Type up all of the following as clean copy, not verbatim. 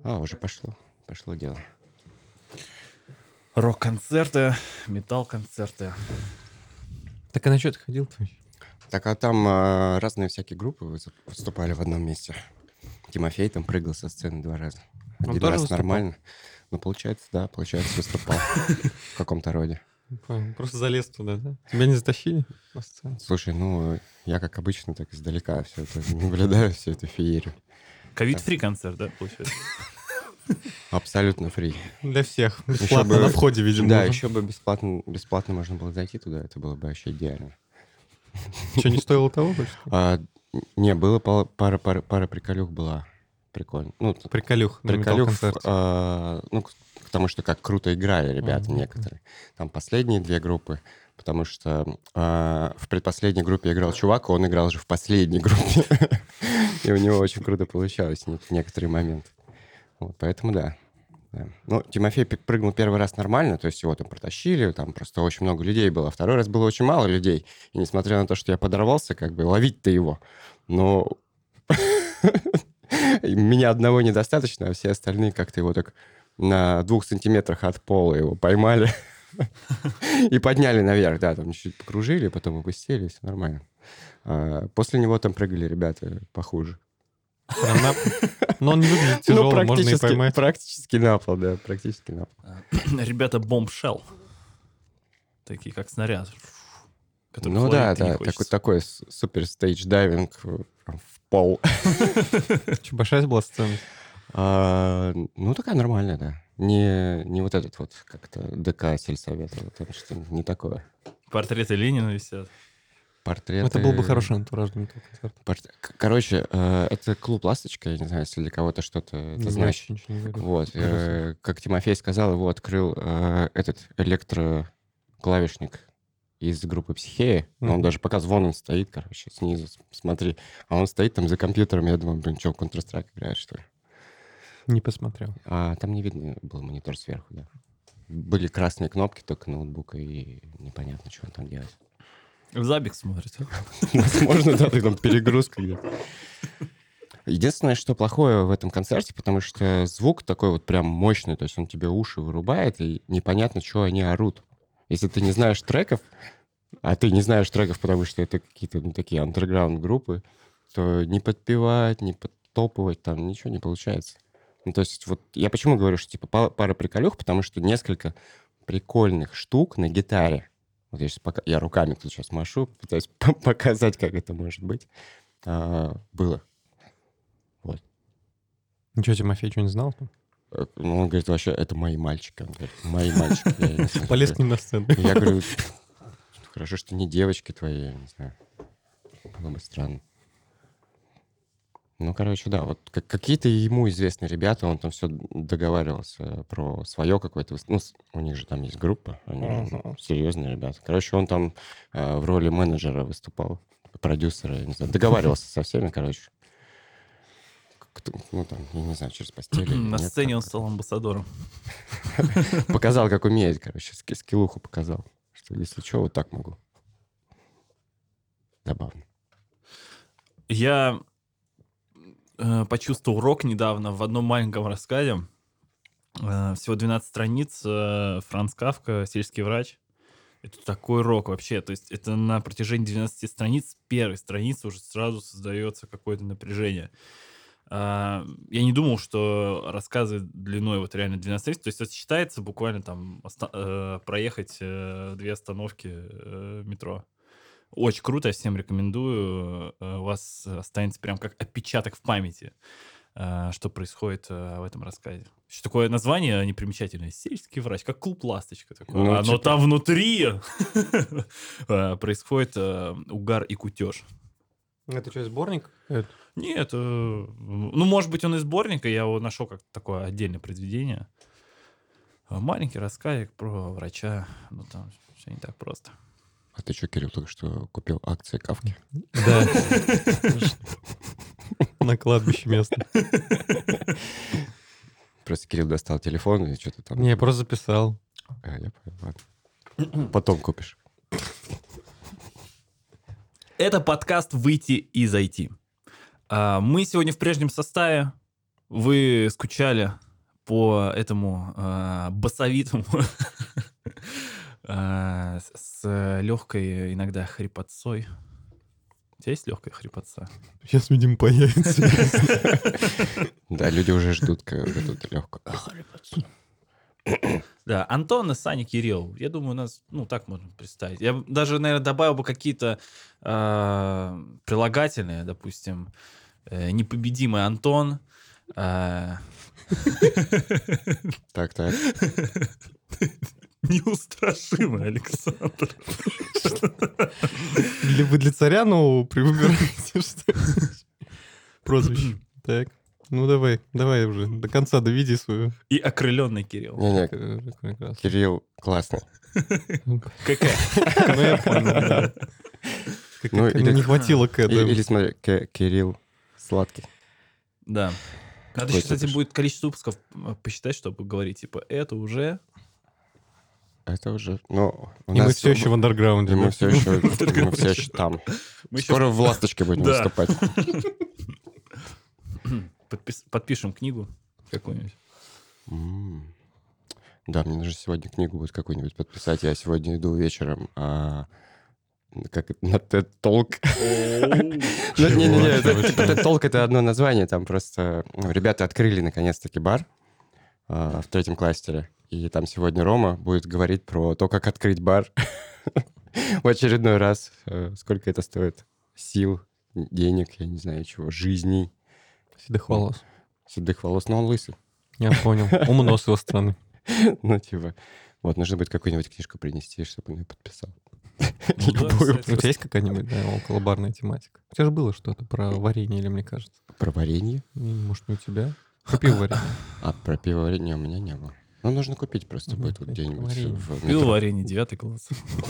Уже пошло. Пошло дело. Рок-концерты, метал-концерты. Так а на что ты ходил-то? Так, а там разные всякие группы выступали в одном месте. Тимофей там прыгал со сцены 2 раза. Он Один тоже раз выступал? нормально. Ну, получается, выступал в каком-то роде. Понял. Просто залез туда, да? Тебя не затащили на сцену? Слушай, ну, я как обычно, так издалека все это наблюдаю, всю эту феерию. Ковид-фри концерт, да, получается? Абсолютно фри. Для всех. Ещё Бесплатно бы- на входе, видимо. Да, уже. еще бы бесплатно можно было зайти туда, это было бы вообще идеально. Что, не стоило того больше? Не, было пара приколюх была. Прикольно. Ну, Приколюх на приколюх, метал-концерте. потому что как круто играли ребята Мгм. некоторые. Там последние 2 группы, потому что в предпоследней группе играл чувак, а он играл же в последней группе. И у него очень круто получалось в некоторые моменты. Вот, поэтому да. Ну, Тимофей прыгнул первый раз нормально, то есть его там протащили, там просто очень много людей было. Второй раз было очень мало людей. И несмотря на то, что я подорвался, как бы ловить-то его, но меня одного недостаточно, а все остальные как-то его так на 2 сантиметрах от пола его поймали и подняли наверх. Да, там чуть-чуть покружили, потом опустили, все нормально. После него там прыгали ребята похуже. Прям но он не выглядит тяжелым, можно и поймать. Практически на пол, да, практически на пол. Ребята Bombshell. Такие, как снаряд. Который Ну да, словить не да, хочется. такой супер стейдж-дайвинг в пол. Что, большая была сцена? Ну, такая нормальная, да. Не вот этот вот как-то ДК сельсовета, вот это что не такое. Портреты Ленина висят. Портреты... Это был бы хороший антураж для метал-концерта. Короче, это клуб «Ласточка», я не знаю, если для кого-то что-то это Мне значит. вообще ничего не говорит. Вот, как Тимофей сказал, его открыл этот электроклавишник из группы «Психея». Он Мгм. даже показывал, вон он стоит, короче, снизу, смотри. А он стоит там за компьютером, я думаю, блин, что, Counter-Strike играет, что ли? Не посмотрел. А там не видно был монитор сверху, да. Были красные кнопки только ноутбука, и непонятно, что он там делает. В Забик смотрит. Возможно, да, там перегрузка где-то. Единственное, что плохое в этом концерте, потому что звук такой вот прям мощный, то есть он тебе уши вырубает, и непонятно, что они орут. Если ты не знаешь треков, а ты не знаешь треков, потому что это какие-то такие андерграунд-группы, то не подпевать, не подтопывать, там ничего не получается. Ну, то есть вот я почему говорю, что типа пара приколюх, потому что несколько прикольных штук на гитаре. Вот я, я руками тут сейчас машу, пытаюсь показать, как это может быть. Было. Вот. Ничего, Тимофей что не знал? Ну, он говорит, вообще, это мои мальчики. Он говорит, мои мальчики. Я не знаю, Полез к ним на сцену. Я говорю, хорошо, что не девочки твои, я не знаю. Было бы странно. Ну, короче, да, вот какие-то ему известные ребята, он там все договаривался про свое какое-то... Ну, у них же там есть группа, они серьезные ребята. Короче, он там в роли менеджера выступал, продюсера, я не знаю, договаривался со всеми, короче. Ну, там, я не знаю, через постель или На нет, сцене он как-то. стал амбассадором. Показал, как умеет, короче, скиллуху показал. Что если что, вот так могу. Забавно. Я почувствовал рок недавно в одном маленьком рассказе. Всего 12 страниц. Франц Кафка, «Сельский врач». Это такой рок вообще. То есть это на протяжении 12 страниц, первой страницы уже сразу создается какое-то напряжение. Я не думал, что рассказы длиной вот реально 12 страниц. То есть это считается буквально там проехать 2 остановки метро. Очень круто, я всем рекомендую. У вас останется прям как отпечаток в памяти, что происходит в этом рассказе. Еще такое название непримечательное. «Сельский врач», как клуб «Ласточка». Такое. Ну, Оно типа- там внутри происходит угар и кутеж. Это что, сборник? Нет, ну, может быть, он из сборника, я его нашел как такое отдельное произведение. Маленький рассказик про врача, ну, там все не так просто. А ты что, Кирилл, только что купил акции Кафки? Да. На кладбище место. Просто Кирилл достал телефон и что-то там... Не, я просто записал. Я понял, ладно. Потом купишь. Это подкаст «Выйти и зайти». Мы сегодня в прежнем составе. вы скучали по этому басовитому с легкой иногда хрипотцой. У тебя есть легкая хрипотца? Сейчас, видимо, появится. Да, люди уже ждут эту легкую. Да, Антон и Саня Кирилл. Я думаю, у нас, так можно представить. Я даже, наверное, добавил бы какие-то прилагательные, допустим, непобедимый Антон. Так. Неустрашимый Александр. Или вы для царя нового выбираете, что ли? Прозвище. Так. Ну, давай уже. До конца доведи свою. И окрыленный Кирилл. Не-не, Прекрасно. Кирилл классный. Какая? Ну, я понял, да. Ну, или- Не хватило к этому. Или смотри, Кирилл сладкий. Да. Надо Какой еще, кстати, слышишь? будет количество выпусков посчитать, чтобы говорить, типа, это уже... Это уже... Ну, у И мы нас- все еще в андерграунде. И мы да? все еще там. Мы еще Скоро в «Ласточке» будем Да. выступать. подпишем книгу какую-нибудь. М. Да, мне нужно сегодня книгу будет какую-нибудь подписать. Я сегодня иду вечером как это, на TED Talk. Ну, не-не-не, Чего? TED Talk — это одно название. Там просто ребята открыли наконец-таки бар в 3 кластере. И там сегодня Рома будет говорить про то, как открыть бар в очередной раз. Сколько это стоит сил, денег, я не знаю чего, жизней, Седых волос. седых волос. Но он лысый. Я понял. Умно с его стороны. Ну, типа, вот, нужно будет какую-нибудь книжку принести, чтобы он ее подписал. Ну да, Любую. кстати. У тебя есть какая-нибудь околобарная тематика? У тебя же было что-то про варенье, или мне кажется? Про варенье? Может, не у тебя? Про пивоваренье. А про пивоваренье у меня не было. Ну, нужно купить просто Мгм, будет вот это где-нибудь варенье. в Пил метро. варенье, 9 класс.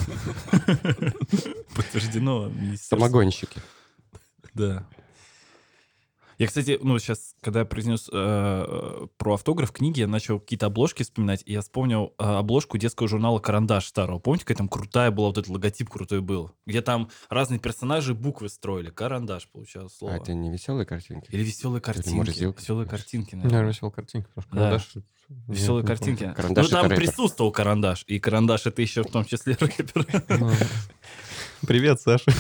Подтверждено министерством. Самогонщики. Да. Я, кстати, сейчас, когда я произнес про автограф книги, я начал какие-то обложки вспоминать, и я вспомнил обложку детского журнала «Карандаш» старого. Помните, какая там крутая была, вот этот логотип крутой был? Где там разные персонажи буквы строили. «Карандаш» получалось А слово. это не веселые картинки? Или веселые картинки. Мурзилка, Веселые конечно. картинки, Наверное, наверное. веселая картинка. Потому что Да. карандаш... Веселые Нет, не помню. картинки. Карандаш Ну, там это рэпер. присутствовал карандаш. И карандаш — это еще в том числе рэпер. Ну, Привет, Саша.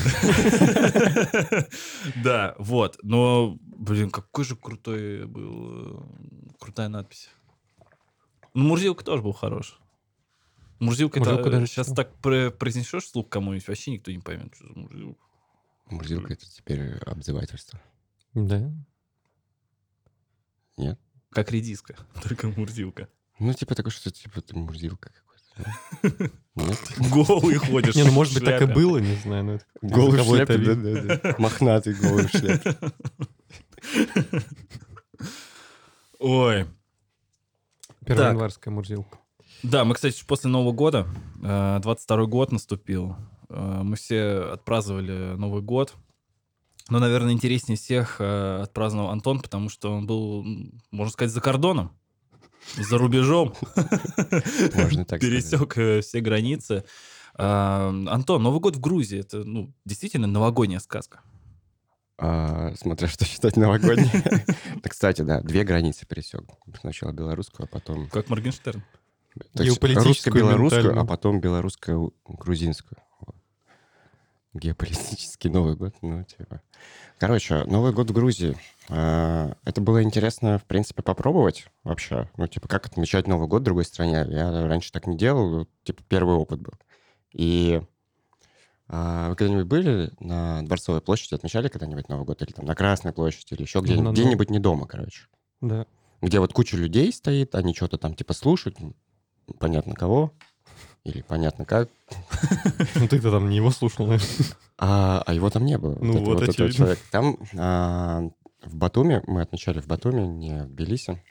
Да, вот. Но, блин, какой же крутой был... Крутая надпись. Ну, Мурзилка тоже был хорош. Мурзилка Мурзилку это даже сейчас читал. так произнесешь вслух кому-нибудь, вообще никто не поймет, что за Мурзилка. Мурзилка — это теперь обзывательство. Да. Нет? Как редиска, только Мурзилка. Ну, типа такое, что типа ты Мурзилка какой-то. да? Нет? Голый ходишь. Не, ну в может быть так и шляпе. было, не знаю. Но это Голый в кого это шляпе, видно. да. Мохнатый голый в шляпе. Ой. Первая Так. январская мурзилка. Да, мы, кстати, после Нового года, 22-й год наступил, мы все отпраздновали Новый год. Но, наверное, интереснее всех отпраздновал Антон, потому что он был, можно сказать, за кордоном, за рубежом. Можно так сказать. Пересек все границы. Антон, Новый год в Грузии — это действительно новогодняя сказка. Смотря что считать новогодней. Да, кстати, да, 2 границы пересек. Сначала белорусскую, а потом... Как Моргенштерн. То есть Геополитическую, русско-белорусскую, ментальную. а потом белорусско-грузинскую. Вот. Геополитический Новый год, ну, типа. Короче, Новый год в Грузии. Это было интересно, в принципе, попробовать вообще. Ну, типа, как отмечать Новый год в другой стране. Я раньше так не делал, типа, первый опыт был. И вы когда-нибудь были на Дворцовой площади, отмечали когда-нибудь Новый год? Или там на Красной площади, или еще где-нибудь? Ну, Где-нибудь не дома, короче. Да. Где вот куча людей стоит, они что-то там типа слушают, понятно кого, или понятно как. Ну ты-то там не его слушал, наверное. А его там не было. Ну вот, этого очевидно. человека. Там в Батуми, мы отмечали в Батуми, не в Тбилиси,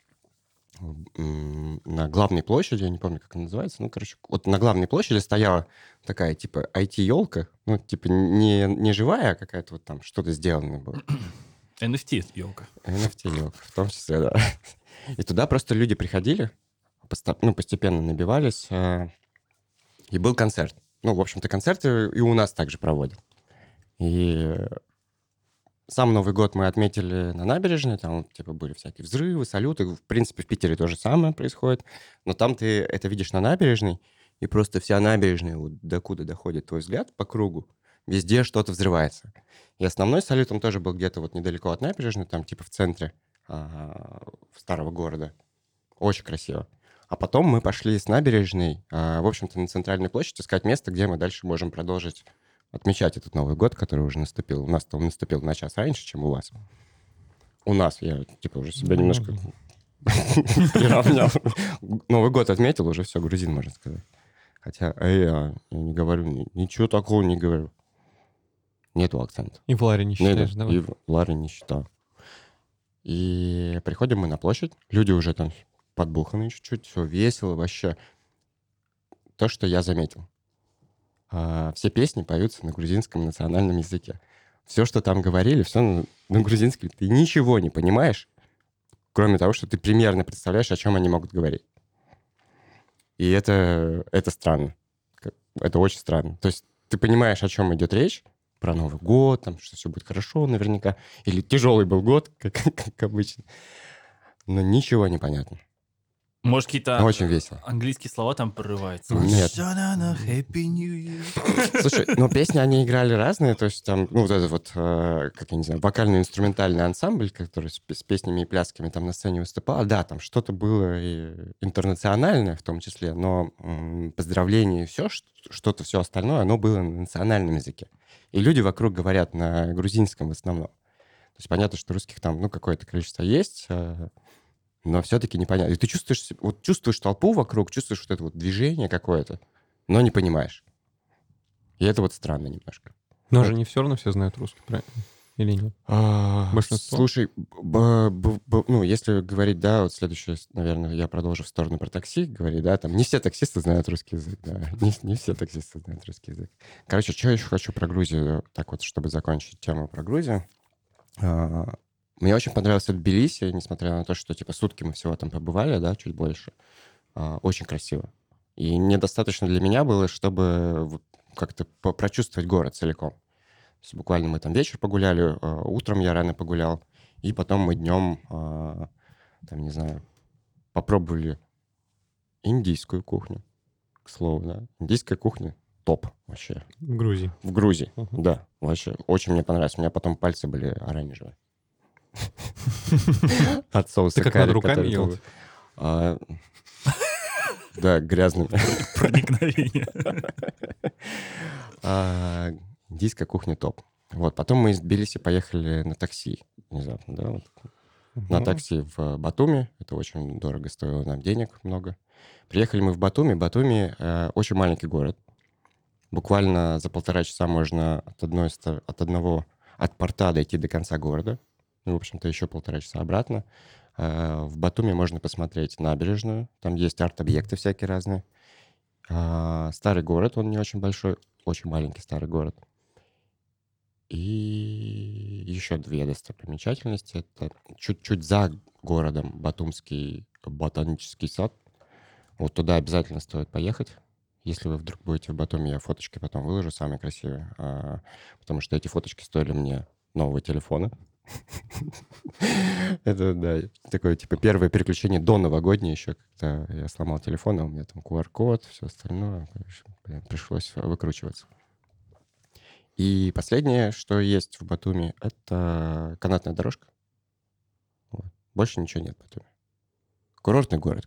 на главной площади, я не помню, как она называется, ну, короче, вот на главной площади стояла такая, типа, IT-елка, ну, типа, не живая, а какая-то вот там что-то сделанное было. NFT, елка. NFT-елка, в том числе, да. И туда просто люди приходили, постепенно набивались, и был концерт. Ну, в общем-то, концерты и у нас также проводят. И сам Новый год мы отметили на набережной, там, типа, были всякие взрывы, салюты. В принципе, в Питере то же самое происходит. Но там ты это видишь на набережной, и просто вся набережная, вот докуда доходит твой взгляд по кругу, везде что-то взрывается. И основной салют, он тоже был где-то вот недалеко от набережной, там, типа, в центре старого города. Очень красиво. А потом мы пошли с набережной, в общем-то, на центральную площадь искать место, где мы дальше можем продолжить отмечать этот Новый год, который уже наступил. У нас-то он наступил на час раньше, чем у вас. У нас, я, типа, уже себя немножко приравнял. Новый год отметил, уже все, грузин, можно сказать. Хотя я не говорю, ничего такого не говорю. Нету акцента. И в Ларе не считаешь, да? И в Ларе не считаю. И приходим мы на площадь, люди уже там подбуханы чуть-чуть, все весело вообще. То, что я заметил. Все песни поются на грузинском национальном языке. Все, что там говорили, все на грузинском. Ты ничего не понимаешь, кроме того, что ты примерно представляешь, о чем они могут говорить. И это странно. Это очень странно. То есть ты понимаешь, о чем идет речь, про Новый год, там, что все будет хорошо наверняка. Или тяжелый был год, как обычно. Но ничего не понятно. Может, какие-то Очень весело. английские слова там прорываются? Нет. Happy New Year. Слушай, но песни они играли разные, то есть там, ну, вот этот вот, как я не знаю, вокально-инструментальный ансамбль, который с песнями и плясками там на сцене выступал, да, там что-то было и интернациональное в том числе, но поздравления и все, что-то все остальное, оно было на национальном языке. И люди вокруг говорят на грузинском в основном. То есть понятно, что русских там, ну, какое-то количество есть, но все-таки непонятно. И ты чувствуешь толпу вокруг, чувствуешь вот это вот движение какое-то, но не понимаешь. И это вот странно немножко. Но же не все равно все знают русский, правильно? Или нет? Большинство? Слушай, ну, если говорить, да, вот следующее, наверное, я продолжу в сторону про такси говорить, да, там не все таксисты знают русский язык, да, не все таксисты знают русский язык. Короче, что я еще хочу про Грузию, так вот, чтобы закончить тему про Грузию. Мне очень понравился Тбилиси, несмотря на то, что, типа, сутки мы всего там побывали, да, чуть больше. Очень красиво. И недостаточно для меня было, чтобы как-то прочувствовать город целиком. То есть буквально мы там вечер погуляли, утром я рано погулял, и потом мы днем, там, не знаю, попробовали индийскую кухню, к слову, да. Индийская кухня топ вообще. В Грузии. В Грузии, да, вообще. Очень мне понравилось. У меня потом пальцы были оранжевые. От соуса Ты как карри, над руками который ел? был. Да, грязными. Проникновение. Индийская кухня топ. Вот, потом мы из Тбилиси поехали на такси внезапно, да, вот. На такси в Батуми. Это очень дорого стоило нам, денег много. Приехали мы в Батуми. Батуми очень маленький город. Буквально за 1,5 часа можно от порта дойти до конца города. Ну, в общем-то, еще 1,5 часа обратно. В Батуми можно посмотреть набережную. Там есть арт-объекты всякие разные. Старый город, он не очень большой. Очень маленький старый город. И еще 2 достопримечательности. Это чуть-чуть за городом Батумский ботанический сад. Вот туда обязательно стоит поехать. Если вы вдруг будете в Батуми, я фоточки потом выложу, самые красивые. Потому что эти фоточки стоили мне нового телефона. Это, да, такое, типа, первое приключение до новогоднее еще, когда я сломал телефон, а у меня там QR-код, все остальное. Блин, пришлось выкручиваться. И последнее, что есть в Батуми, это канатная дорожка. Вот. Больше ничего нет в Батуми. Курортный город.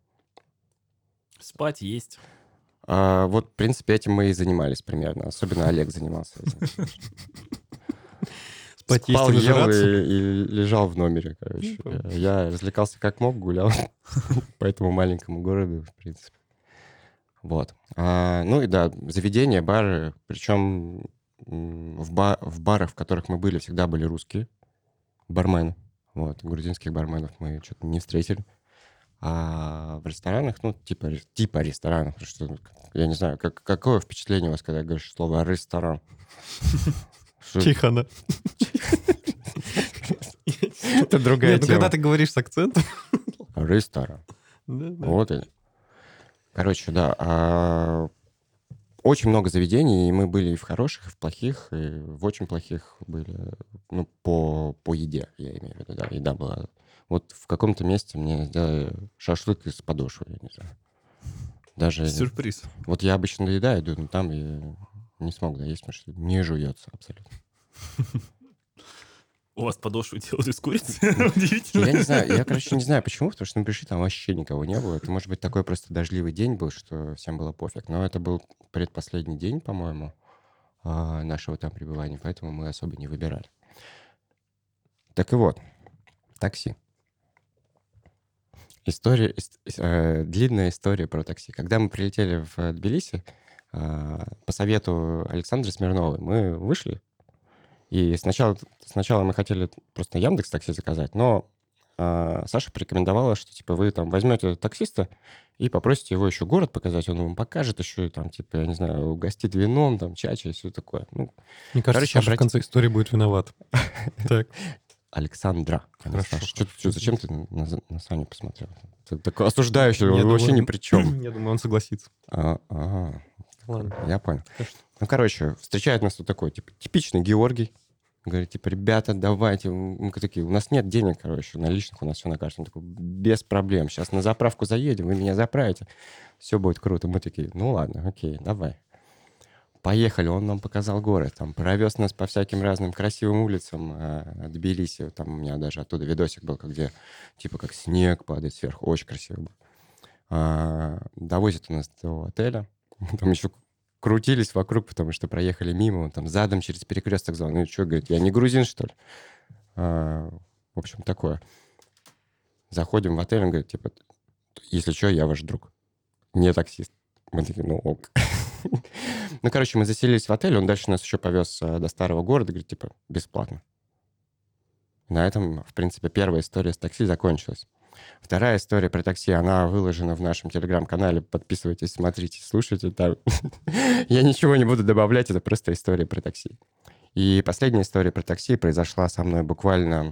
Спать есть. Вот, в принципе, этим мы и занимались примерно. Особенно Олег занимался этим. Спать, есть Спал, и ел нажираться. и лежал в номере, короче. Я развлекался как мог, гулял по этому маленькому городу, в принципе. Вот. Ну и да, заведения, бары. Причем в барах, в которых мы были, всегда были русские бармены. Вот. Грузинских барменов мы что-то не встретили. А в ресторанах, ну, типа ресторанов, потому что, я не знаю, какое впечатление у вас, когда говоришь слово «ресторан»? Чихана. Это другая Нет, ну когда тема. ты говоришь с акцентом... Ресторан. Да, да. Вот и. Короче, да. очень много заведений, и мы были и в хороших, и в плохих, и в очень плохих были, ну, по еде, я имею в виду, да, еда была. Вот в каком-то месте мне сделали шашлык из подошвы, я не знаю. Даже Сюрприз. вот я обычно доедаю, иду, но там я не смог доесть, потому что не жуется абсолютно. У вас подошву делают из курицы? Я Удивительно. не знаю, я, короче, не знаю почему, потому что мы пришли, там вообще никого не было. Это, может быть, такой просто дождливый день был, что всем было пофиг. Но это был предпоследний день, по-моему, нашего там пребывания, поэтому мы особо не выбирали. Так и вот, такси. Длинная история про такси. Когда мы прилетели в Тбилиси, по совету Александры Смирновой, мы вышли. И сначала мы хотели просто Яндекс.Такси заказать, но Саша порекомендовала, что типа вы там возьмете таксиста и попросите его еще город показать, он вам покажет еще, там, типа, я не знаю, угостит вином, там, чача и все такое. Ну, Мне кажется, короче, Саша в конце истории будет виноват. Так. Александра. а не Хорошо, Саша. хорошо. Зачем ты на Саню посмотрел? Ты такой осуждающий, Я он вообще думаю, ни при чем. Я думаю, он согласится. Ладно. Я понял. Ну, короче, встречает нас тут такой, типа, типичный Георгий. Говорит, типа, ребята, давайте. Мы такие, у нас нет денег, короче, наличных, у нас все на карте. Он такой, без проблем. Сейчас на заправку заедем, вы меня заправите. Все будет круто. Мы такие, ну ладно, окей, давай. Поехали, он нам показал город, там, провез нас по всяким разным красивым улицам Тбилиси. Там у меня даже оттуда видосик был, где, типа, как снег падает сверху. Очень красиво было. Довозит он нас до отеля. Мы там еще крутились вокруг, потому что проехали мимо, он там задом через перекресток звал. Ну и что, говорит, я не грузин, что ли? В общем, такое. Заходим в отель, он говорит, типа, если что, я ваш друг, не таксист. Мы такие, ну ок. Ну, короче, мы заселились в отель, он дальше нас еще повез до старого города, говорит, типа, бесплатно. На этом, в принципе, первая история с такси закончилась. Вторая история про такси, она выложена в нашем телеграм-канале. Подписывайтесь, смотрите, слушайте. Там. Я ничего не буду добавлять, это просто история про такси. И последняя история про такси произошла со мной буквально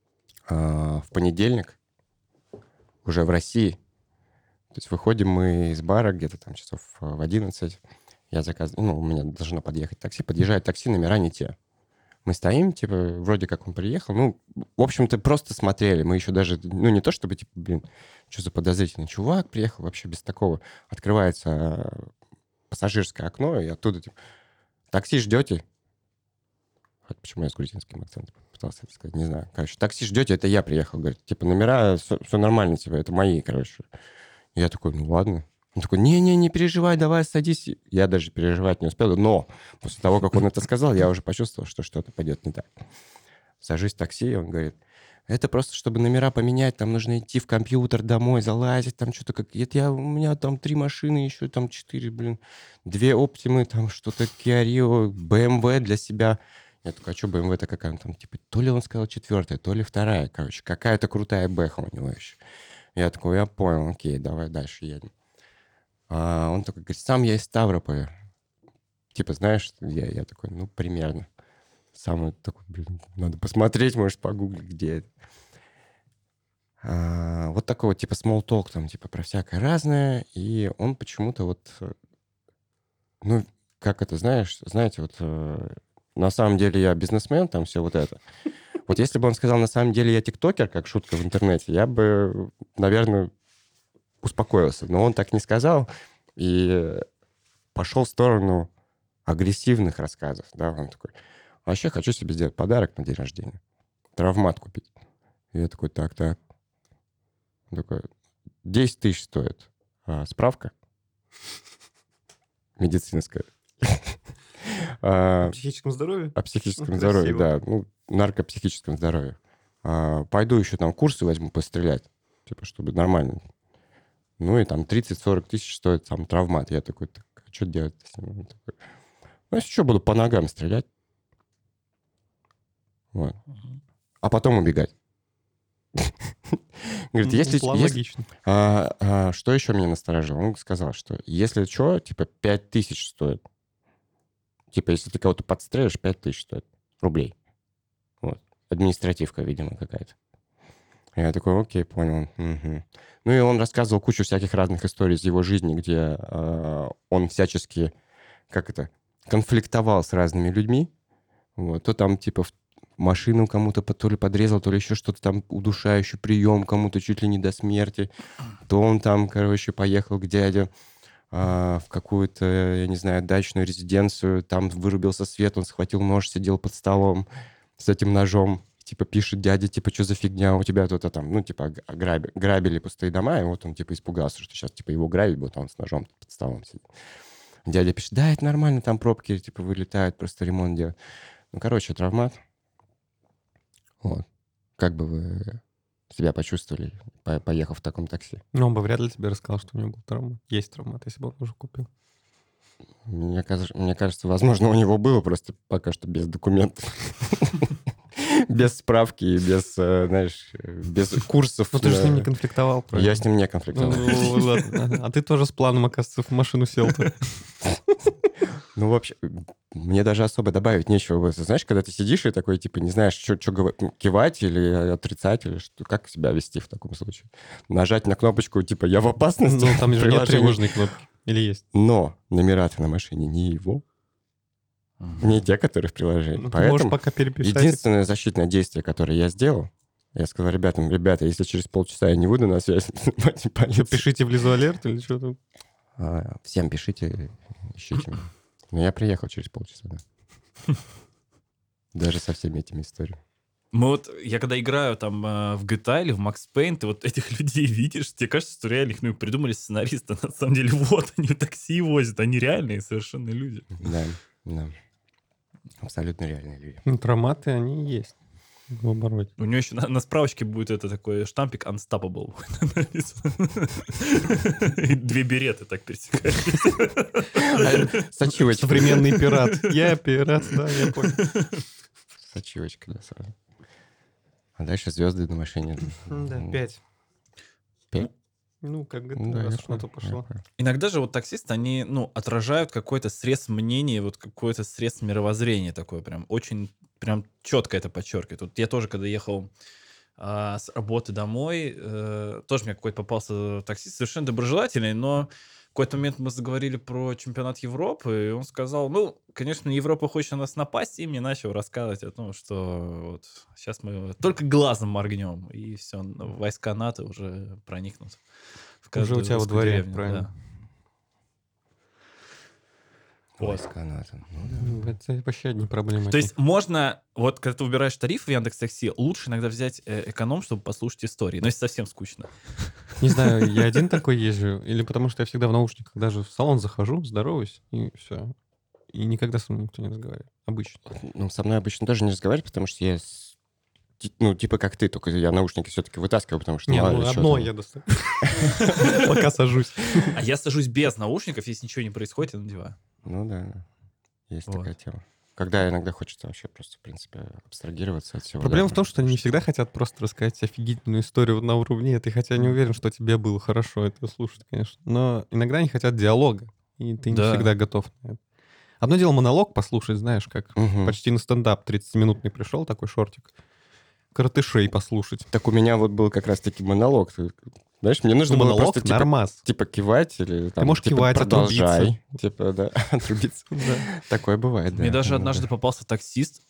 в понедельник, уже в России. То есть выходим мы из бара где-то там часов в 11. Я заказываю, ну, у меня должно подъехать такси. Подъезжает такси, номера не те. Мы стоим, типа, вроде как он приехал. Ну, в общем-то, просто смотрели. Мы еще даже, ну, не то чтобы, типа, блин, что за подозрительный чувак приехал, вообще без такого. Открывается пассажирское окно, и оттуда, типа, такси ждете? Хотя почему я с грузинским акцентом пытался это сказать, не знаю. Короче, такси ждете, это я приехал. Говорит, типа, номера, все нормально, типа, это мои, короче. И я такой, ну, ладно. Он такой, не переживай, давай, садись. Я даже переживать не успел, но после того, как он это сказал, я уже почувствовал, что что-то пойдет не так. Сажусь в такси, и он говорит, это просто, чтобы номера поменять, там нужно идти в компьютер домой, залазить, там что-то как... у меня там 3 машины, еще там 4, блин, 2 Оптимы, там что-то Kia Rio, BMW для себя. Я такой, а что BMW-то какая? Там, типа, то ли он сказал 4-я, то ли 2-я, короче, какая-то крутая бэха у него еще. Я такой, я понял, окей, давай дальше едем. Он такой говорит, сам я из Ставрополя. Типа, знаешь, я такой, ну, примерно. Сам такой, блин, надо посмотреть, может, погуглить, где это. Вот такой вот, типа, small talk, там, типа, про всякое разное. И он почему-то вот, ну, как это, знаете, вот, на самом деле я бизнесмен, там, все вот это. Вот если бы он сказал, на самом деле я тиктокер, как шутка в интернете, я бы, наверное, успокоился. Но он так не сказал и пошел в сторону агрессивных рассказов. Да? Он такой, вообще хочу себе сделать подарок на день рождения. Травмат купить. И я такой, так. Он такой, 10 тысяч стоит. Справка медицинская. О психическом здоровье? О психическом Ну, здоровье, красиво. да. Ну, наркопсихическом здоровье. Пойду еще там курсы возьму пострелять. Типа, чтобы нормально. Ну и там 30-40 тысяч стоит там травмат. Я такой, так, а что делать-то с ним? Он такой, ну, если что, буду по ногам стрелять. Вот. А потом убегать. Говорит, если... План логичный. Что еще меня насторожило? Он сказал, что если что, типа 5 тысяч стоит. Типа, если ты кого-то подстрелишь, 5 тысяч стоит рублей. Вот. Административка, видимо, какая-то. Я такой, окей, понял. Угу. Ну и он рассказывал кучу всяких разных историй из его жизни, где он всячески как это, конфликтовал с разными людьми. Вот. То там, типа, в машину кому-то то ли подрезал, то ли еще что-то там, удушающий прием кому-то чуть ли не до смерти. То он там, короче, поехал к дяде в какую-то, я не знаю, дачную резиденцию, там вырубился свет, он схватил нож, сидел под столом с этим ножом, типа пишет дяде, типа, что за фигня у тебя тут, там, ну, типа, грабили пустые дома, и вот он, типа, испугался, что сейчас, типа, его грабить будут, а он с ножом под столом сидит. Дядя пишет, да, это нормально, там пробки, типа, вылетают, просто ремонт делают. Ну, короче, травмат. Вот. Как бы вы себя почувствовали, поехав в таком такси? Ну, он бы вряд ли тебе рассказал, что у него был травмат. Есть травмат, если бы он уже купил. Мне кажется, возможно, у него было, просто пока что без документов. Без справки, без, знаешь, без курсов. Ну, ты же с ним не конфликтовал, правильно? Я с ним не конфликтовал. Ну, ладно. А ты тоже с планом, оказывается, в машину сел-то. Ну, вообще, мне даже особо добавить нечего. Вот, знаешь, когда ты сидишь и такой, типа, не знаешь, что кивать или отрицать, или что, как себя вести в таком случае? Нажать на кнопочку, типа, я в опасности? Ну, там же нет Приложение. тревожной кнопки. Или есть? Но номера-то на машине не его, не те, которые в приложении. Ну, ты можешь Поэтому пока переписать. единственное защитное действие, которое я сделал, я сказал ребятам, ребята, если через полчаса я не выйду на связь, звоните полицию. Пишите в Лизу алерт или что там. Всем пишите, ищите меня. Но я приехал через полчаса, да. Даже со всеми этими историями. Я когда играю там в GTA или в Max Payne, ты вот этих людей видишь, тебе кажется, что реально их придумали сценаристы. На самом деле, вот, они такси возят, они реальные совершенно люди. Да. Абсолютно реальные люди. Ну, травматы, они есть в обороте. У него еще на справочке будет это такой штампик Unstoppable. И 2 береты так пересекают. С ачивочкой. Современный пират. Я пират, да, я понял. С ачивочкой, да, сразу. А дальше звезды на машине. Да, 5. 5? Ну, как Да, раз я что-то понял, пошло. я понял. Иногда же вот таксисты, они, отражают какой-то срез мнений, вот какой-то срез мировоззрения такой прям. Очень прям четко это подчеркивает. Вот я тоже, когда ехал с работы домой, тоже мне какой-то попался таксист, совершенно доброжелательный, но в какой-то момент мы заговорили про чемпионат Европы, и он сказал, конечно, Европа хочет на нас напасть, и мне начал рассказывать о том, что вот сейчас мы только глазом моргнем, и все, войска НАТО уже проникнут в каждую Уже у тебя во русскую дворе, деревню, правильно. да. Войска НАТО. Ну, да. Это вообще одни проблемы. То есть можно, вот когда ты выбираешь тариф в Яндекс.Такси, лучше иногда взять эконом, чтобы послушать истории. Но если совсем скучно. Не знаю, я один такой езжу, или потому что я всегда в наушниках, даже в салон захожу, здороваюсь, и все. И никогда со мной никто не разговаривает. Обычно. Ну, со мной обычно тоже не разговаривают, потому что я, типа как ты, только я наушники все-таки вытаскиваю, потому что... Не, мало ли что одно там. я достаю. Пока сажусь. А я сажусь без наушников, если ничего не происходит, я надеваю. Ну да, есть Вот. такая тема. Когда иногда хочется вообще просто, в принципе, абстрагироваться от всего. Проблема да, в том, что они не всегда хотят просто рассказать офигительную историю на уровне, ты хотя не уверен, что тебе было хорошо это слушать, конечно. Но иногда они хотят диалога, и ты не Да. всегда готов на это. Одно дело монолог послушать, знаешь, как Мгм. почти на стендап 30-минутный пришел такой шортик. Коротышей послушать. Так у меня вот был как раз-таки монолог. Знаешь, мне нужно Ну, было монолог просто, нормас. типа, кивать или там, можешь типа, кивать, продолжай. Типа, да, отрубиться. Такое бывает, да. Мне даже Ну, однажды да. попался таксист,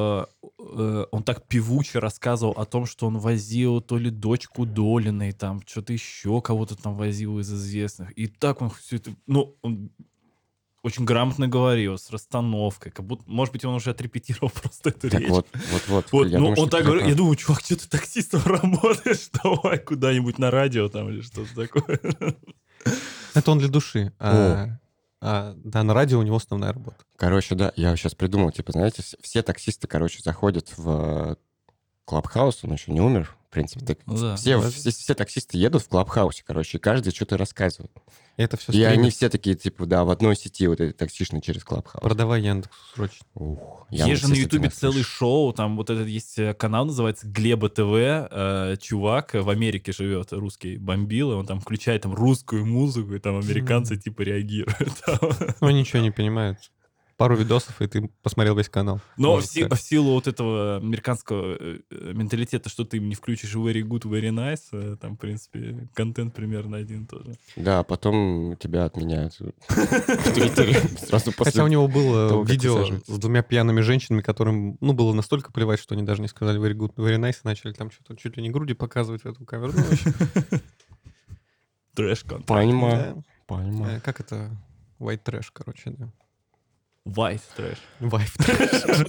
он так певуче рассказывал о том, что он возил то ли дочку Долиной, там, что-то еще кого-то там возил из известных. И так он все это... он очень грамотно говорил, с расстановкой, как будто, может быть, он уже отрепетировал просто эту Так речь. вот. Вот, я думаю, он что так ты говорит, прав. я думаю, чувак, что ты таксистом работаешь? Давай куда-нибудь на радио там или что-то такое. Это он для души. Да, на радио у него основная работа. Короче, да, я сейчас придумал, типа, знаете, все таксисты, короче, заходят в Клабхаус, он еще не умер, в принципе. Так Ну да. все таксисты едут в Клабхаусе, короче, и каждый что-то рассказывает. И это все И они все такие, типа, да, в одной сети вот эти таксишные через Клабхаус. Продавай Яндексу срочно. Ух, Есть же на Яндекс, если ты Ютубе нас целый слышишь. шоу, там вот этот есть канал, называется Глеба ТВ, чувак в Америке живет, русский бомбил, и он там включает там русскую музыку, и там американцы типа реагируют. Ну, ничего не понимают. пару видосов, и ты посмотрел весь канал. Но Можно сказать. в силу вот этого американского менталитета, что ты им не включишь very good, very nice, там, в принципе, контент примерно один тоже. Да, потом тебя отменяют в Твиттере сразу после... Хотя у него было того, как видео высаживается. с двумя пьяными женщинами, которым, ну, было настолько плевать, что они даже не сказали very good, very nice, и начали там что-то чуть ли не груди показывать в эту камеру. Ну, в общем, Трэш-контент. Понимаю, да. понимаю. Как это? White trash, короче, да. White трэш. White trash.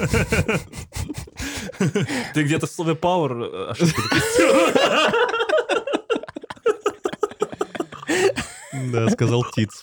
Ты где-то в слове power ошибку допустил. Да, сказал Тиц.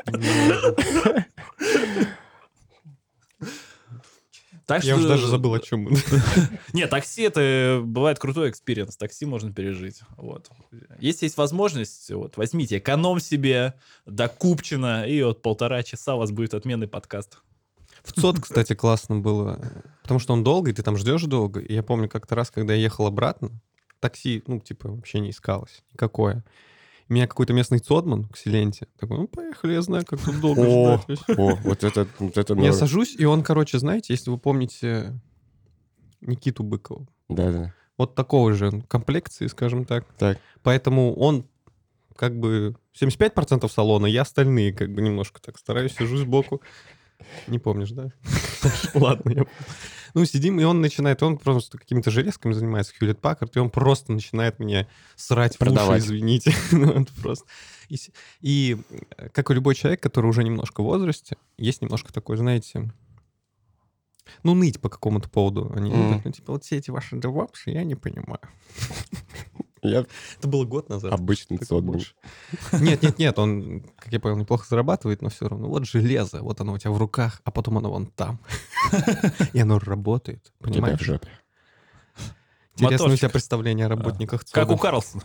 Так Я что- уже даже забыл, о чем мы. Не, такси это бывает крутой экспириенс. Такси можно пережить. Вот. Если есть возможность, вот, возьмите, эконом себе до Купчино, и вот 1,5 часа у вас будет отменный подкаст. В ЦОД, кстати, классно было, потому что он долго, и ты там ждешь долго. И я помню как-то раз, когда я ехал обратно, такси, ну, типа, вообще не искалось никакое. И меня какой-то местный ЦОДман к Силенте такой, ну, поехали, я знаю, как тут долго О, ждать. вот это Я норм. сажусь, и он, короче, знаете, если вы помните Никиту Быкова, Да-да. вот такого же комплекции, скажем так. Так. Поэтому он как бы 75% салона, я остальные как бы немножко так стараюсь, сижу сбоку. Не помнишь, да? Ладно, я... Ну, сидим, и он начинает, он просто какими-то железками занимается, Хьюлетт Паккард, и он просто начинает меня срать в уши, Продавать. извините. Ну, это просто... И как и любой человек, который уже немножко в возрасте, есть немножко такой, знаете, ну, ныть по какому-то поводу. Они любят, ну, типа, вот все эти ваши DevOps, я не понимаю. Я Это было год назад. обычный Такой ЦОД был. больше. Нет, он, как я понял, неплохо зарабатывает, но все равно. Вот железо, вот оно у тебя в руках, а потом оно вон там. И оно работает, У тебя в понимаешь? жопе. Интересное у тебя Моторчик. представление о работниках ЦОДа. Как у Карлсона.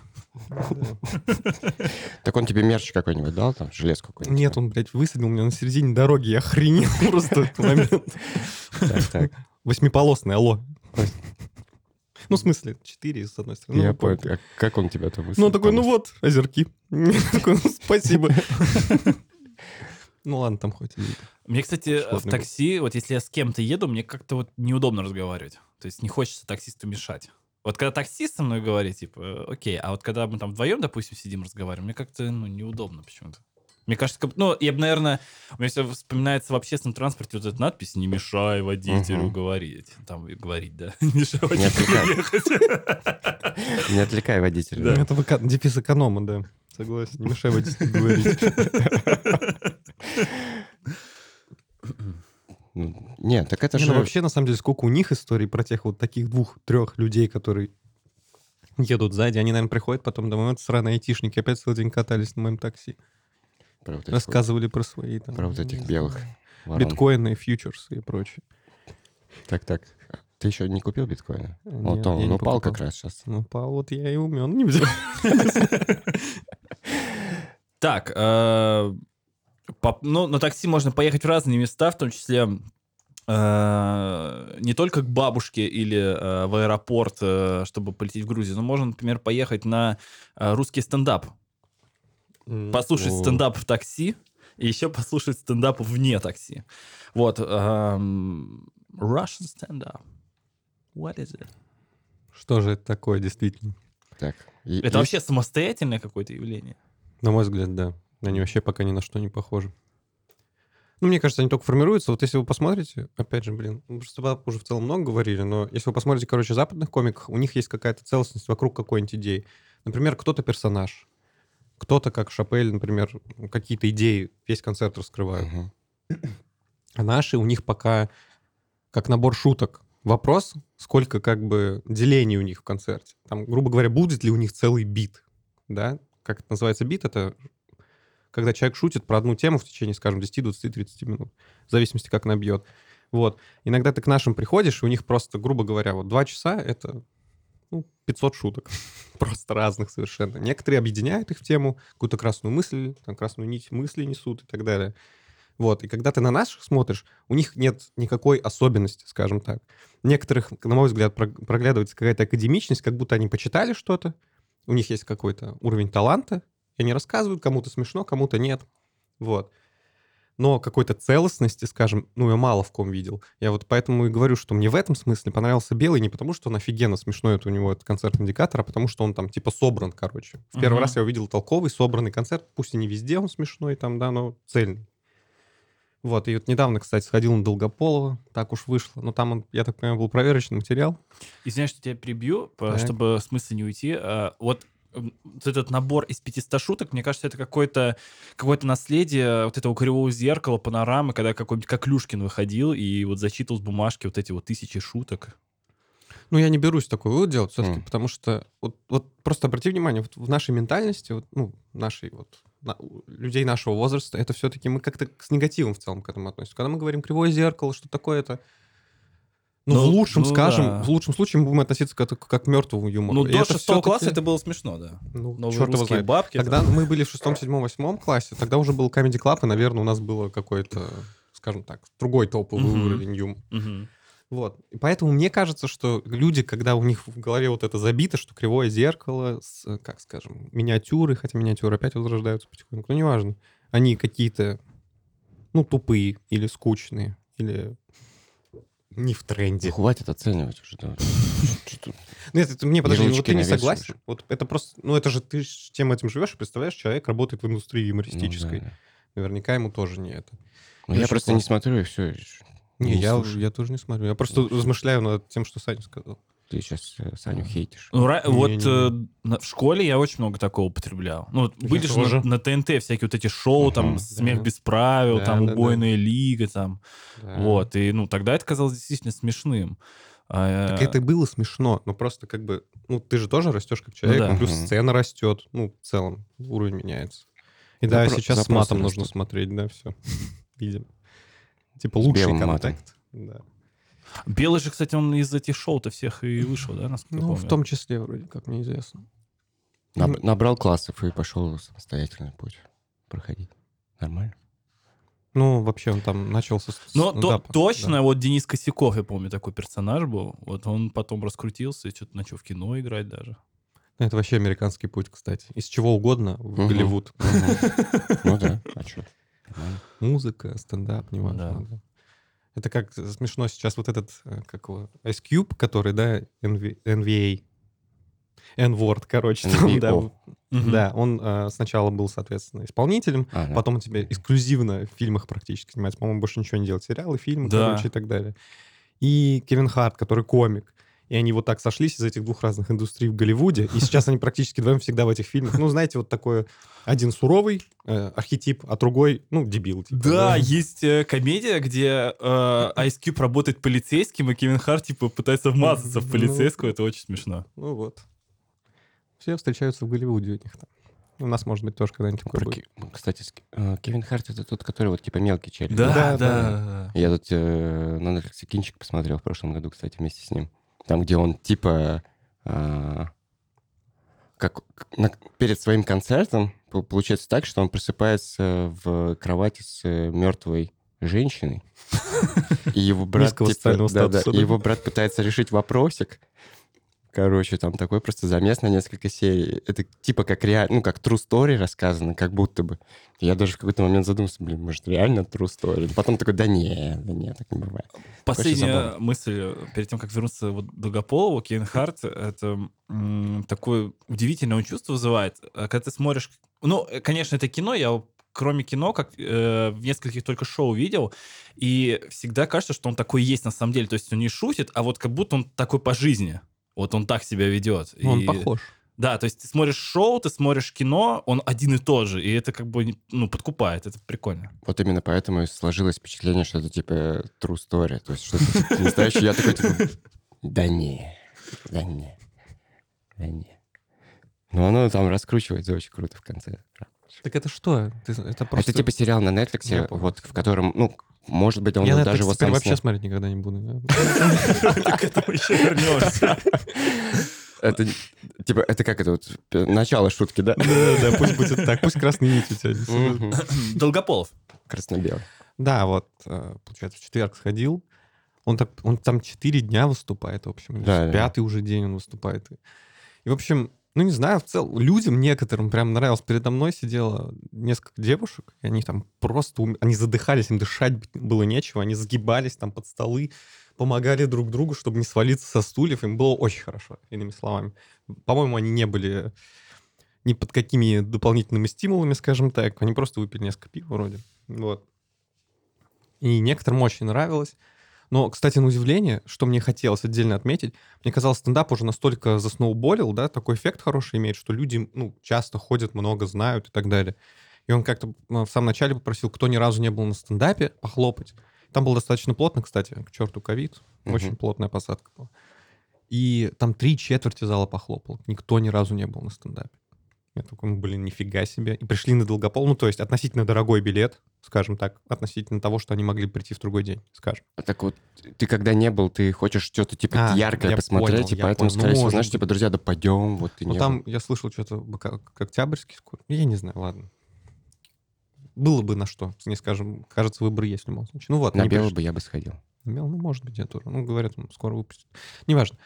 Так он тебе мерч какой-нибудь дал, там, железку какую-нибудь? Нет, он, блядь, высадил меня на середине дороги, я охренел просто в этот момент. Так. Восьмиполосный, алло. Ну, в смысле, 4 с одной стороны. Ну, Я вы поняли. понял. А как он тебя там Ну, он такой, ну вот, озерки. Я такой, ну, спасибо. Ну, ладно, там хоть и... Мне, кстати, в Шкодный такси, вот если я с кем-то еду, мне как-то вот неудобно разговаривать. То есть не хочется таксисту мешать. Вот когда таксист со мной говорит, типа, окей, а вот когда мы там вдвоем, допустим, сидим, разговариваем, мне как-то, ну, неудобно почему-то. Мне кажется, ну, я бы, наверное, у меня все вспоминается в общественном транспорте вот эта надпись «Не мешай водителю Мгм. говорить». Там говорить, да. Не мешай Не водителю отвлекай. ехать. Не отвлекай водителя. Да. Это дефис эконома, да. Согласен, не мешай водителю говорить. Нет, так это Не, же... ну вообще, на самом деле, сколько у них историй про тех вот таких 2-3 людей, которые едут сзади, они, наверное, приходят потом домой, вот сраные айтишники опять целый день катались на моем такси, Про вот этих рассказывали про свои там... про вот этих не белых знаю, ворон. биткоины, фьючерсы и прочее. Так. Ты еще не купил биткоина? Нет, Вот я он не упал покупал. как раз сейчас. Ну, Павел, вот я и умен не взял. Так, ну, на такси можно поехать в разные места, в том числе не только к бабушке или в аэропорт, чтобы полететь в Грузию, но можно, например, поехать на русский стендап. Послушать О. стендап в такси и еще послушать стендап вне такси. Вот. Russian stand-up. What is it? Что же это такое, действительно? Так. Это вообще самостоятельное какое-то явление? На мой взгляд, да. Они вообще пока ни на что не похожи. Ну, мне кажется, они только формируются. Вот если вы посмотрите, опять же, блин, мы про стендап уже в целом много говорили, но если вы посмотрите, короче, западных комиков, у них есть какая-то целостность вокруг какой-нибудь идеи. Например, кто-то персонаж, кто-то, как Шапель, например, какие-то идеи весь концерт раскрывают. Мгм. А наши у них пока как набор шуток. Вопрос, сколько как бы делений у них в концерте. Там, грубо говоря, будет ли у них целый бит, да? Как это называется бит? Это когда человек шутит про одну тему в течение, скажем, 10, 20, 30 минут. В зависимости, как набьет. Вот. Иногда ты к нашим приходишь, и у них просто, грубо говоря, вот 2 часа — это 500 шуток. Просто разных совершенно. Некоторые объединяют их в тему, какую-то красную мысль, там, красную нить мысли несут и так далее. Вот. И когда ты на наших смотришь, у них нет никакой особенности, скажем так. Некоторых, на мой взгляд, проглядывается какая-то академичность, как будто они почитали что-то, у них есть какой-то уровень таланта, и они рассказывают, кому-то смешно, кому-то нет. Вот. но какой-то целостности, скажем, ну, я мало в ком видел. Я вот поэтому и говорю, что мне в этом смысле понравился Белый не потому, что он офигенно смешной, это у него этот концерт-индикатор, а потому что он там типа собран, короче. В первый раз я увидел толковый, собранный концерт, пусть и не везде он смешной там, да, но цельный. Вот, и вот недавно, кстати, сходил на Долгополова, так уж вышло. Но там, он, я так понимаю, был проверочный материал. Извиняюсь, что тебя перебью, Так. чтобы с мысли не уйти. Вот этот набор из 500 шуток, мне кажется, это какое-то наследие вот этого кривого зеркала, панорамы, когда какой-нибудь Коклюшкин выходил и вот зачитывал с бумажки вот эти вот 1000 шуток. Ну, я не берусь такой вывод делать все-таки, Мгм. потому что вот просто обрати внимание, вот в нашей ментальности, вот, ну, нашей вот, у людей нашего возраста, это все-таки мы как-то с негативом в целом к этому относимся. Когда мы говорим «кривое зеркало», что такое это? Ну, в лучшем, скажем, да. в лучшем случае мы будем относиться как к мертвому юмору. Ну, И до это 6 класса всё-таки- это было смешно, да. Ну, Новые черт его русские знает. бабки. Когда там. мы были в 6, 7, 8 классе, тогда уже был Comedy Club, и, наверное, у нас было какой-то, скажем так, другой топовый Мгм. уровень юмора. Мгм. Вот. И поэтому мне кажется, что люди, когда у них в голове вот это забито, что кривое зеркало, как скажем, миниатюры, хотя миниатюры опять возрождаются потихоньку, ну, неважно, они какие-то, ну, тупые или скучные, или не в тренде. Хватит оценивать уже. Да. Что тут? Нет, это мне, подожди, Ярлычки вот ты не навешиваешь. согласен? Вот это просто, ну, это же ты ж тем этим живешь, и представляешь, человек работает в индустрии Ну, юмористической. да. Наверняка ему тоже не это. Ну, я Очень просто не классно. смотрю, и все. Не, я слушаю. тоже не смотрю. Я просто размышляю над тем, что Саня сказал. Ты сейчас Саню хейтишь. Ну, вот Не-не-не. в школе я очень много такого употреблял. Ну, вот Я были же тоже. на ТНТ всякие вот эти шоу, там, Мгм. «Смех Да. без правил», Да, там, да, да. «Убойная лига», там, Да. вот. И, ну, тогда это казалось действительно смешным. Так это и было смешно, но просто как бы, ну, ты же тоже растешь как человек, да. ну, плюс Мгм. сцена растет, ну, в целом уровень меняется. И Запро- да, сейчас с запросы матом нужно растут. смотреть, да, все. Видим. Типа С лучший белым матом. контакт. Да. Белый же, кстати, он из этих шоу-то всех и вышел, да, насколько я Ну, помню? в том числе, вроде как, мне известно. Набрал классов и пошел самостоятельный путь проходить. Нормально. Ну, вообще, он там начал со Но стендапа, точно, да. вот Денис Косяков, я помню, такой персонаж был. Вот он потом раскрутился и что-то начал в кино играть даже. Это вообще американский путь, кстати. Из чего угодно в Мгм. Голливуд. Ну да, а что? Музыка, стендап, неважно. Да. Да. Это как смешно сейчас вот этот, как его, Ice Cube, который, да, NVA, N-word, короче, там, да, NVO. Мгм. да, он сначала был, соответственно, исполнителем, А, да. потом он тебе эксклюзивно в фильмах практически снимается, по-моему, больше ничего не делает, сериалы, фильмы, Да. короче, и так далее. И Кевин Харт, который комик, и они вот так сошлись из этих двух разных индустрий в Голливуде, и сейчас они практически вдвоем всегда в этих фильмах. Ну, знаете, вот такой один суровый архетип, а другой, ну, дебил. Типа, Да, есть комедия, где Ice Cube работает полицейским, и Кевин Харт, типа, пытается вмазаться в Ну, полицейского. Это очень смешно. Ну вот. Все встречаются в Голливуде у них там. У нас, может быть, тоже когда-нибудь такое будет. Кстати, Кевин Харт — это тот, который вот типа мелкий челик. Да, да. Я тут на Netflix кинчик посмотрел в прошлом году, кстати, вместе с ним. Там, где он типа перед своим концертом получается так, что он просыпается в кровати с мертвой женщиной, и его брат Низкого социального статуса, и да? его брат пытается решить вопросик. Короче, там такой просто замес на несколько серий. Это типа как реально, ну, как true story рассказано, как будто бы. Я даже в какой-то момент задумался, блин, может, реально true story? Потом такой, да нет, так не бывает. Последняя забавно. мысль, перед тем, как вернуться вот к Долгополову, Кевин Харт, это такое удивительное чувство вызывает. Когда ты смотришь... Ну, конечно, это кино, я кроме кино, как в нескольких только шоу видел, и всегда кажется, что он такой есть на самом деле. То есть он не шутит, а вот как будто он такой по жизни. Вот он так себя ведет. Ну, он И- похож. Да, то есть ты смотришь шоу, ты смотришь кино, он один и тот же, и это как бы, ну, подкупает, это прикольно. Вот именно поэтому и сложилось впечатление, что это типа true story. То есть что-то типа настоящее. Я такой, типа, да не. Но оно там раскручивается очень круто в конце. Так это что? Это просто... Это типа сериал на Я Netflix, понял. вот в котором, ну, может быть, он Я вот на даже Netflix вот теперь сам вообще снял. смотреть никогда не буду. К этому еще вернешься. Это типа, это как это вот начало шутки, да? Да, пусть будет так. Пусть красный нить у тебя. Мгм. Долгополов. Красно-белый. Да, вот, получается, в четверг сходил. Он там 4 дня выступает, в общем. Да, да. Пятый уже день он выступает. И, в общем, Ну, не знаю, в целом, людям некоторым прям нравилось. Передо мной сидело несколько девушек, и они там просто... Они задыхались, им дышать было нечего, они сгибались там под столы, помогали друг другу, чтобы не свалиться со стульев. Им было очень хорошо, иными словами. По-моему, они не были ни под какими дополнительными стимулами, скажем так. Они просто выпили несколько пив вроде. Вот. И некоторым очень нравилось. Но, кстати, на удивление, что мне хотелось отдельно отметить, мне казалось, стендап уже настолько засноуболил, да, такой эффект хороший имеет, что люди, ну, часто ходят, много знают и так далее. И он как-то в самом начале попросил, кто ни разу не был на стендапе, похлопать. Там было достаточно плотно, кстати, к черту ковид. Очень плотная посадка была. И там 3/4 зала похлопал. Никто ни разу не был на стендапе. Я такой, ну, блин, нифига себе. И пришли на Долгопол, ну, то есть относительно дорогой билет, скажем так, относительно того, что они могли прийти в другой день, скажем. Так вот, ты когда не был, ты хочешь что-то, типа, яркое я посмотреть, понял, и поэтому, Ну, скорее всего, может знаешь, быть. типа, друзья, да пойдем, вот ты Ну, не там был. я слышал что-то как Октябрьский. Я не знаю, ладно. Было бы на что, не скажем. Кажется, выбор есть в любом случае. Ну вот, На они белый пришли. бы я бы сходил. На белый, ну, может быть, я тоже. Ну, говорят, он скоро выпустят. Неважно.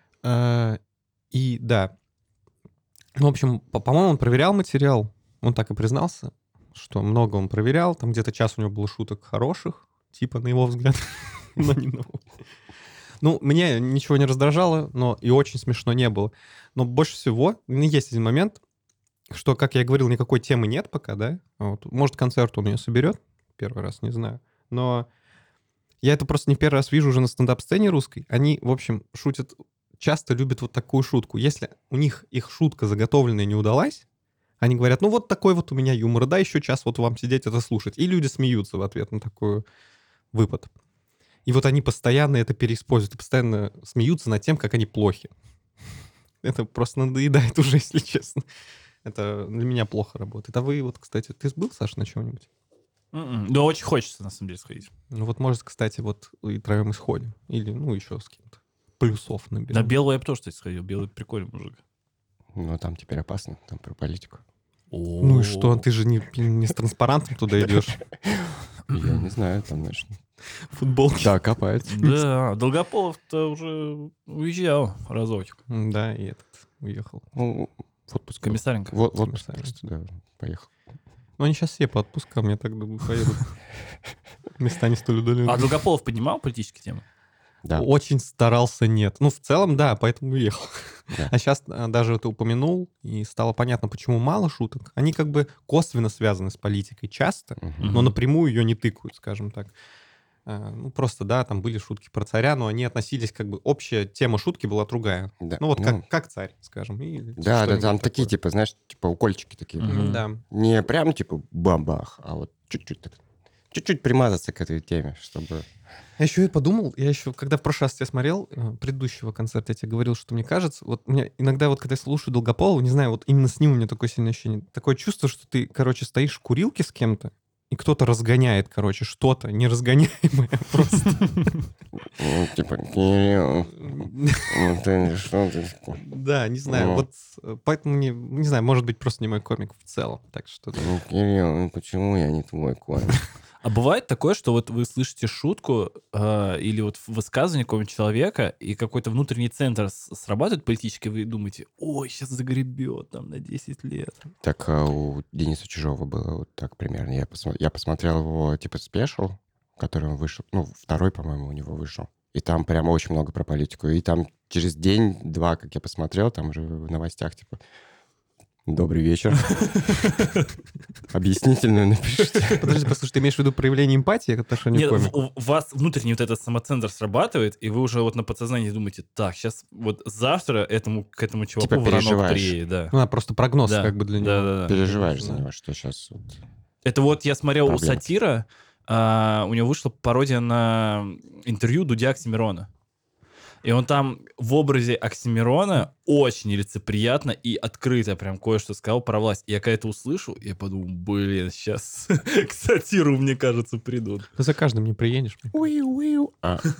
И да. Ну, в общем, по-моему, он проверял материал. Он так и признался, что много он проверял. Там где-то час у него было шуток хороших, типа, на его взгляд. Но не на мой. Ну, меня ничего не раздражало, но и очень смешно не было. Но больше всего, есть один момент, что, как я и говорил, никакой темы нет пока, да? Вот. Может, концерт он ее соберет первый раз, не знаю. Но я это просто не первый раз вижу уже на стендап-сцене русской. Они, в общем, шутят, часто любят вот такую шутку. Если у них их шутка заготовленная не удалась, они говорят, ну вот такой вот у меня юмор, да, еще час вот вам сидеть это слушать. И люди смеются в ответ на такой выпад. И вот они постоянно это переиспользуют, и постоянно смеются над тем, как они плохи. Это просто надоедает уже, если честно. Это для меня плохо работает. А вы вот, кстати, ты был, Саша, на чем-нибудь? Да, очень хочется, на самом деле, сходить. Ну вот, может, кстати, вот и троем исходим. Или, ну, еще с кем-то. Плюсов наберем. На белого я бы тоже, кстати, сходил. Белый прикольный мужик. Но там теперь опасно, там про политику. Ну и что, ты же не с транспарантом туда идешь. Я не знаю, там, знаешь... Футболки. Да, копается. Да, Долгополов-то уже уезжал разочек. Да, и этот уехал. Ну, в отпуск. Комиссаренко. Вот Комиссаренко. просто, да, поехал. Ну, они сейчас все по отпускам, я так думаю, поедут. Места не столь удаленные. А Долгополов поднимал политические темы? Да. Очень старался, нет. Ну, в целом, да, поэтому уехал. Да. А сейчас даже это упомянул, и стало понятно, почему мало шуток. Они как бы косвенно связаны с политикой часто, Мгм. но напрямую ее не тыкают, скажем так. Ну, просто, да, там были шутки про царя, но они относились как бы... Общая тема шутки была другая. Да. Ну, вот как царь, скажем. Или Да, да, что-нибудь там такие, такое. типа, знаешь, типа укольчики такие. Мгм. Да. Не прям, типа, бабах, а вот чуть-чуть так. Чуть-чуть примазаться к этой теме, чтобы... Я еще и подумал, когда в прошлый раз я смотрел предыдущего концерта, я тебе говорил, что мне кажется, вот у меня иногда вот, когда я слушаю Долгополова, не знаю, вот именно с ним у меня такое сильное ощущение, такое чувство, что ты, короче, стоишь в курилке с кем-то, и кто-то разгоняет, короче, что-то неразгоняемое просто. Ну, типа, Кирилл, ну ты что ты... Да, не знаю, Ну. вот поэтому, не знаю, может быть, просто не мой комик в целом, так что... Ну, Кирилл, ну почему я не твой комик? А бывает такое, что вот вы слышите шутку или вот высказывание какого-нибудь человека, и какой-то внутренний центр срабатывает политически, вы думаете, ой, сейчас загребет там на 10 лет. Так у Дениса Чижова было вот так примерно. Я посмотрел его, типа, спешл, который он вышел. Ну, второй, по-моему, у него вышел. И там прямо очень много про политику. И там через день-два, как я посмотрел, там уже в новостях, типа, добрый вечер. Объяснительную напишите. Подожди, послушай, ты имеешь в виду проявление эмпатии к отношению к Нет, комику? у вас внутренний вот этот самоцентр срабатывает, и вы уже вот на подсознании думаете, так, сейчас вот завтра к этому чуваку Типа воронок переживаешь. приедет, да. Ну, просто прогноз Да, как бы для него. да. Переживаешь за Да. него, что сейчас... Это вот я смотрел у Проблема. Сатира, у него вышла пародия на интервью Дудя Оксимирона. И он там в образе Оксимирона очень нелицеприятно и открыто прям кое-что сказал про власть. И я когда это услышал, я подумал, блин, сейчас к Сатиру, мне кажется, придут. Ты за каждым не приедешь. Ну,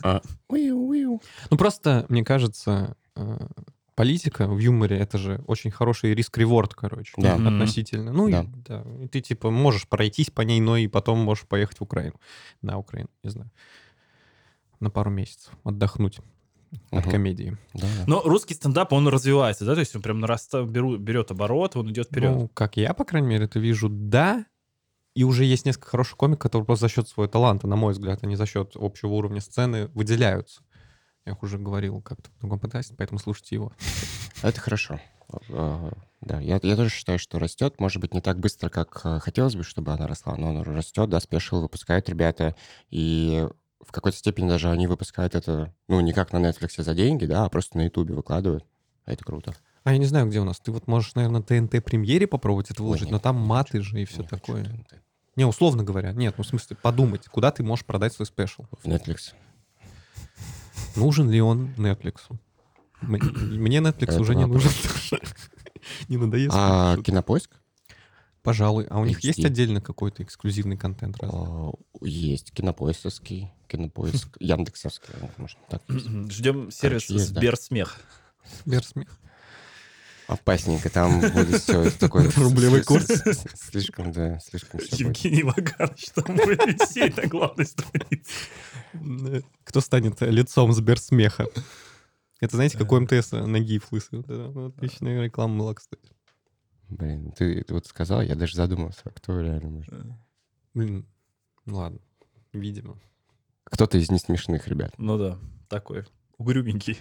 Ну, просто, мне кажется, политика в юморе — это же очень хороший риск-реворд, короче, Да. относительно. Ну, Да. и, да, и ты, типа, можешь пройтись по ней, но и потом можешь поехать в Украину. На Украину, не знаю. На пару месяцев отдохнуть. от Мгм. комедии. Да. Но русский стендап, он развивается, да? То есть он прям берет оборот, он идет вперед. Ну, как я, по крайней мере, это вижу, да. И уже есть несколько хороших комиков, которые просто за счет своего таланта, на мой взгляд, а не за счет общего уровня сцены, выделяются. Я их уже говорил как-то в другом подкасте, поэтому слушайте его. Это хорошо. Да, я тоже считаю, что растет. Может быть, не так быстро, как хотелось бы, чтобы она росла, но она растет, да, спешил выпускают ребята, и в какой-то степени даже они выпускают это, ну, не как на Netflix за деньги, да, а просто на Ютубе выкладывают. Это круто. А я не знаю, где у нас. Ты вот можешь, наверное, ТНТ премьере попробовать это Ой, выложить, не, но там не маты хочу, же и все не хочу такое. ТНТ. Не, условно говоря. Нет, ну в смысле подумать, куда ты можешь продать свой спешл. В Netflix. Нужен ли он Netflix? Мне Netflix Это уже не вопрос. нужен. Не надоест. А Кинопоиск? Пожалуй. А у них есть HD. отдельно какой-то эксклюзивный контент? Разве? Есть Кинопоисковский, Кинопоиск, Яндексовский, может, так есть. Ждем сервис Короче, есть, да. Сберсмех. Сберсмех. Опасненько, там будет все такое... Рублевый курс. Слишком, да, слишком все будет. Евгений Вагарович там будет висеть на главной странице. Кто станет лицом Сберсмеха? Это знаете, как у МТС Нагиев лысый. Вот это вот отличная реклама была, кстати. Блин, ты вот сказал, я даже задумался, а кто реально может. Блин, ну ладно, видимо. Кто-то из несмешных ребят. Ну да, такой угрюменький.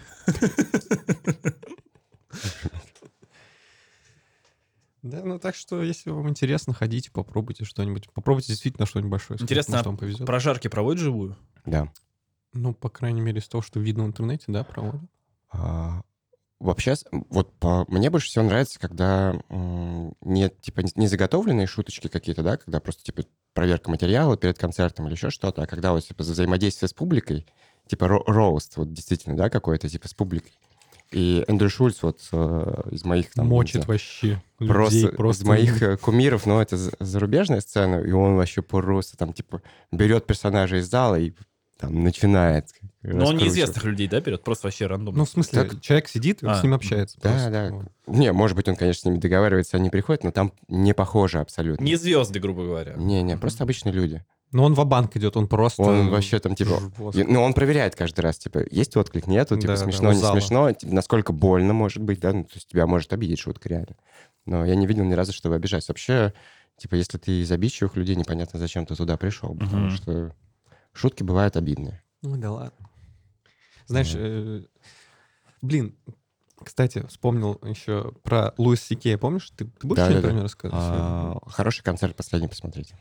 Да, ну так что, если вам интересно, ходите, попробуйте что-нибудь. Попробуйте действительно что-нибудь большое. сказать, Интересно, может, вам повезет. прожарки проводят живую? Да. Ну, по крайней мере, из того, что видно в интернете, да, проводят. А, Вообще, вот мне больше всего нравится, когда нет, типа, не заготовленные шуточки какие-то, да, когда просто, типа, проверка материала перед концертом или еще что-то, а когда вот, типа, взаимодействие с публикой, типа, роуст, вот, действительно, да, какой-то, типа, с публикой. И Эндрю Шульц вот из моих там... Мочит вообще людей. Просто из моих кумиров, но это зарубежная сцена, и он вообще просто там, типа, берет персонажа из зала и там начинает Но он раскручивать. неизвестных людей, да, берет? Просто вообще рандомно. Ну, в смысле, Так- человек сидит, и он с ним общается. Да, просто. да. Вот. Не, может быть, он, конечно, с ними договаривается, они приходят, но там не похоже абсолютно. Не звезды, грубо говоря. Не, просто обычные люди. Но он ва-банк идет, он просто... Он вообще там, типа... жестко. Ну, он проверяет каждый раз, типа, есть отклик, нету, типа, Да, смешно, у не зала. смешно, типа, насколько больно может быть, да, ну, то есть тебя может обидеть шутка реально. Но я не видел ни разу, чтобы обижать. Вообще, типа, если ты из обидчивых людей, непонятно, зачем ты туда пришел, потому Мгм. что шутки бывают обидные. Ну да ладно. Знаешь, блин, кстати, вспомнил еще про Луис Сикея, помнишь? Ты будешь Да, что-нибудь да, про да. него рассказывать? Хороший концерт последний посмотрите.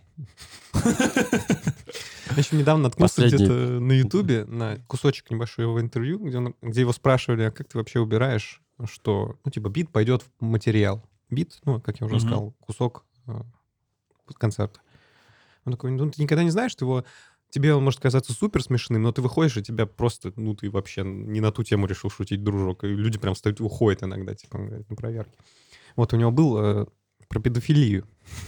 Я еще недавно наткнулся Последний. где-то на Ютубе на кусочек небольшого его интервью, где его спрашивали, а как ты вообще убираешь, что, ну, типа, бит пойдет в материал. Бит, ну, как я уже Мгм. сказал, кусок концерта. Он такой, ну, ты никогда не знаешь, тебе он может казаться супер смешным, но ты выходишь, и тебя просто, ну, ты вообще не на ту тему решил шутить, дружок. И люди прям стоят, уходят иногда, типа, он говорит, на проверке. Вот у него был про педофилию.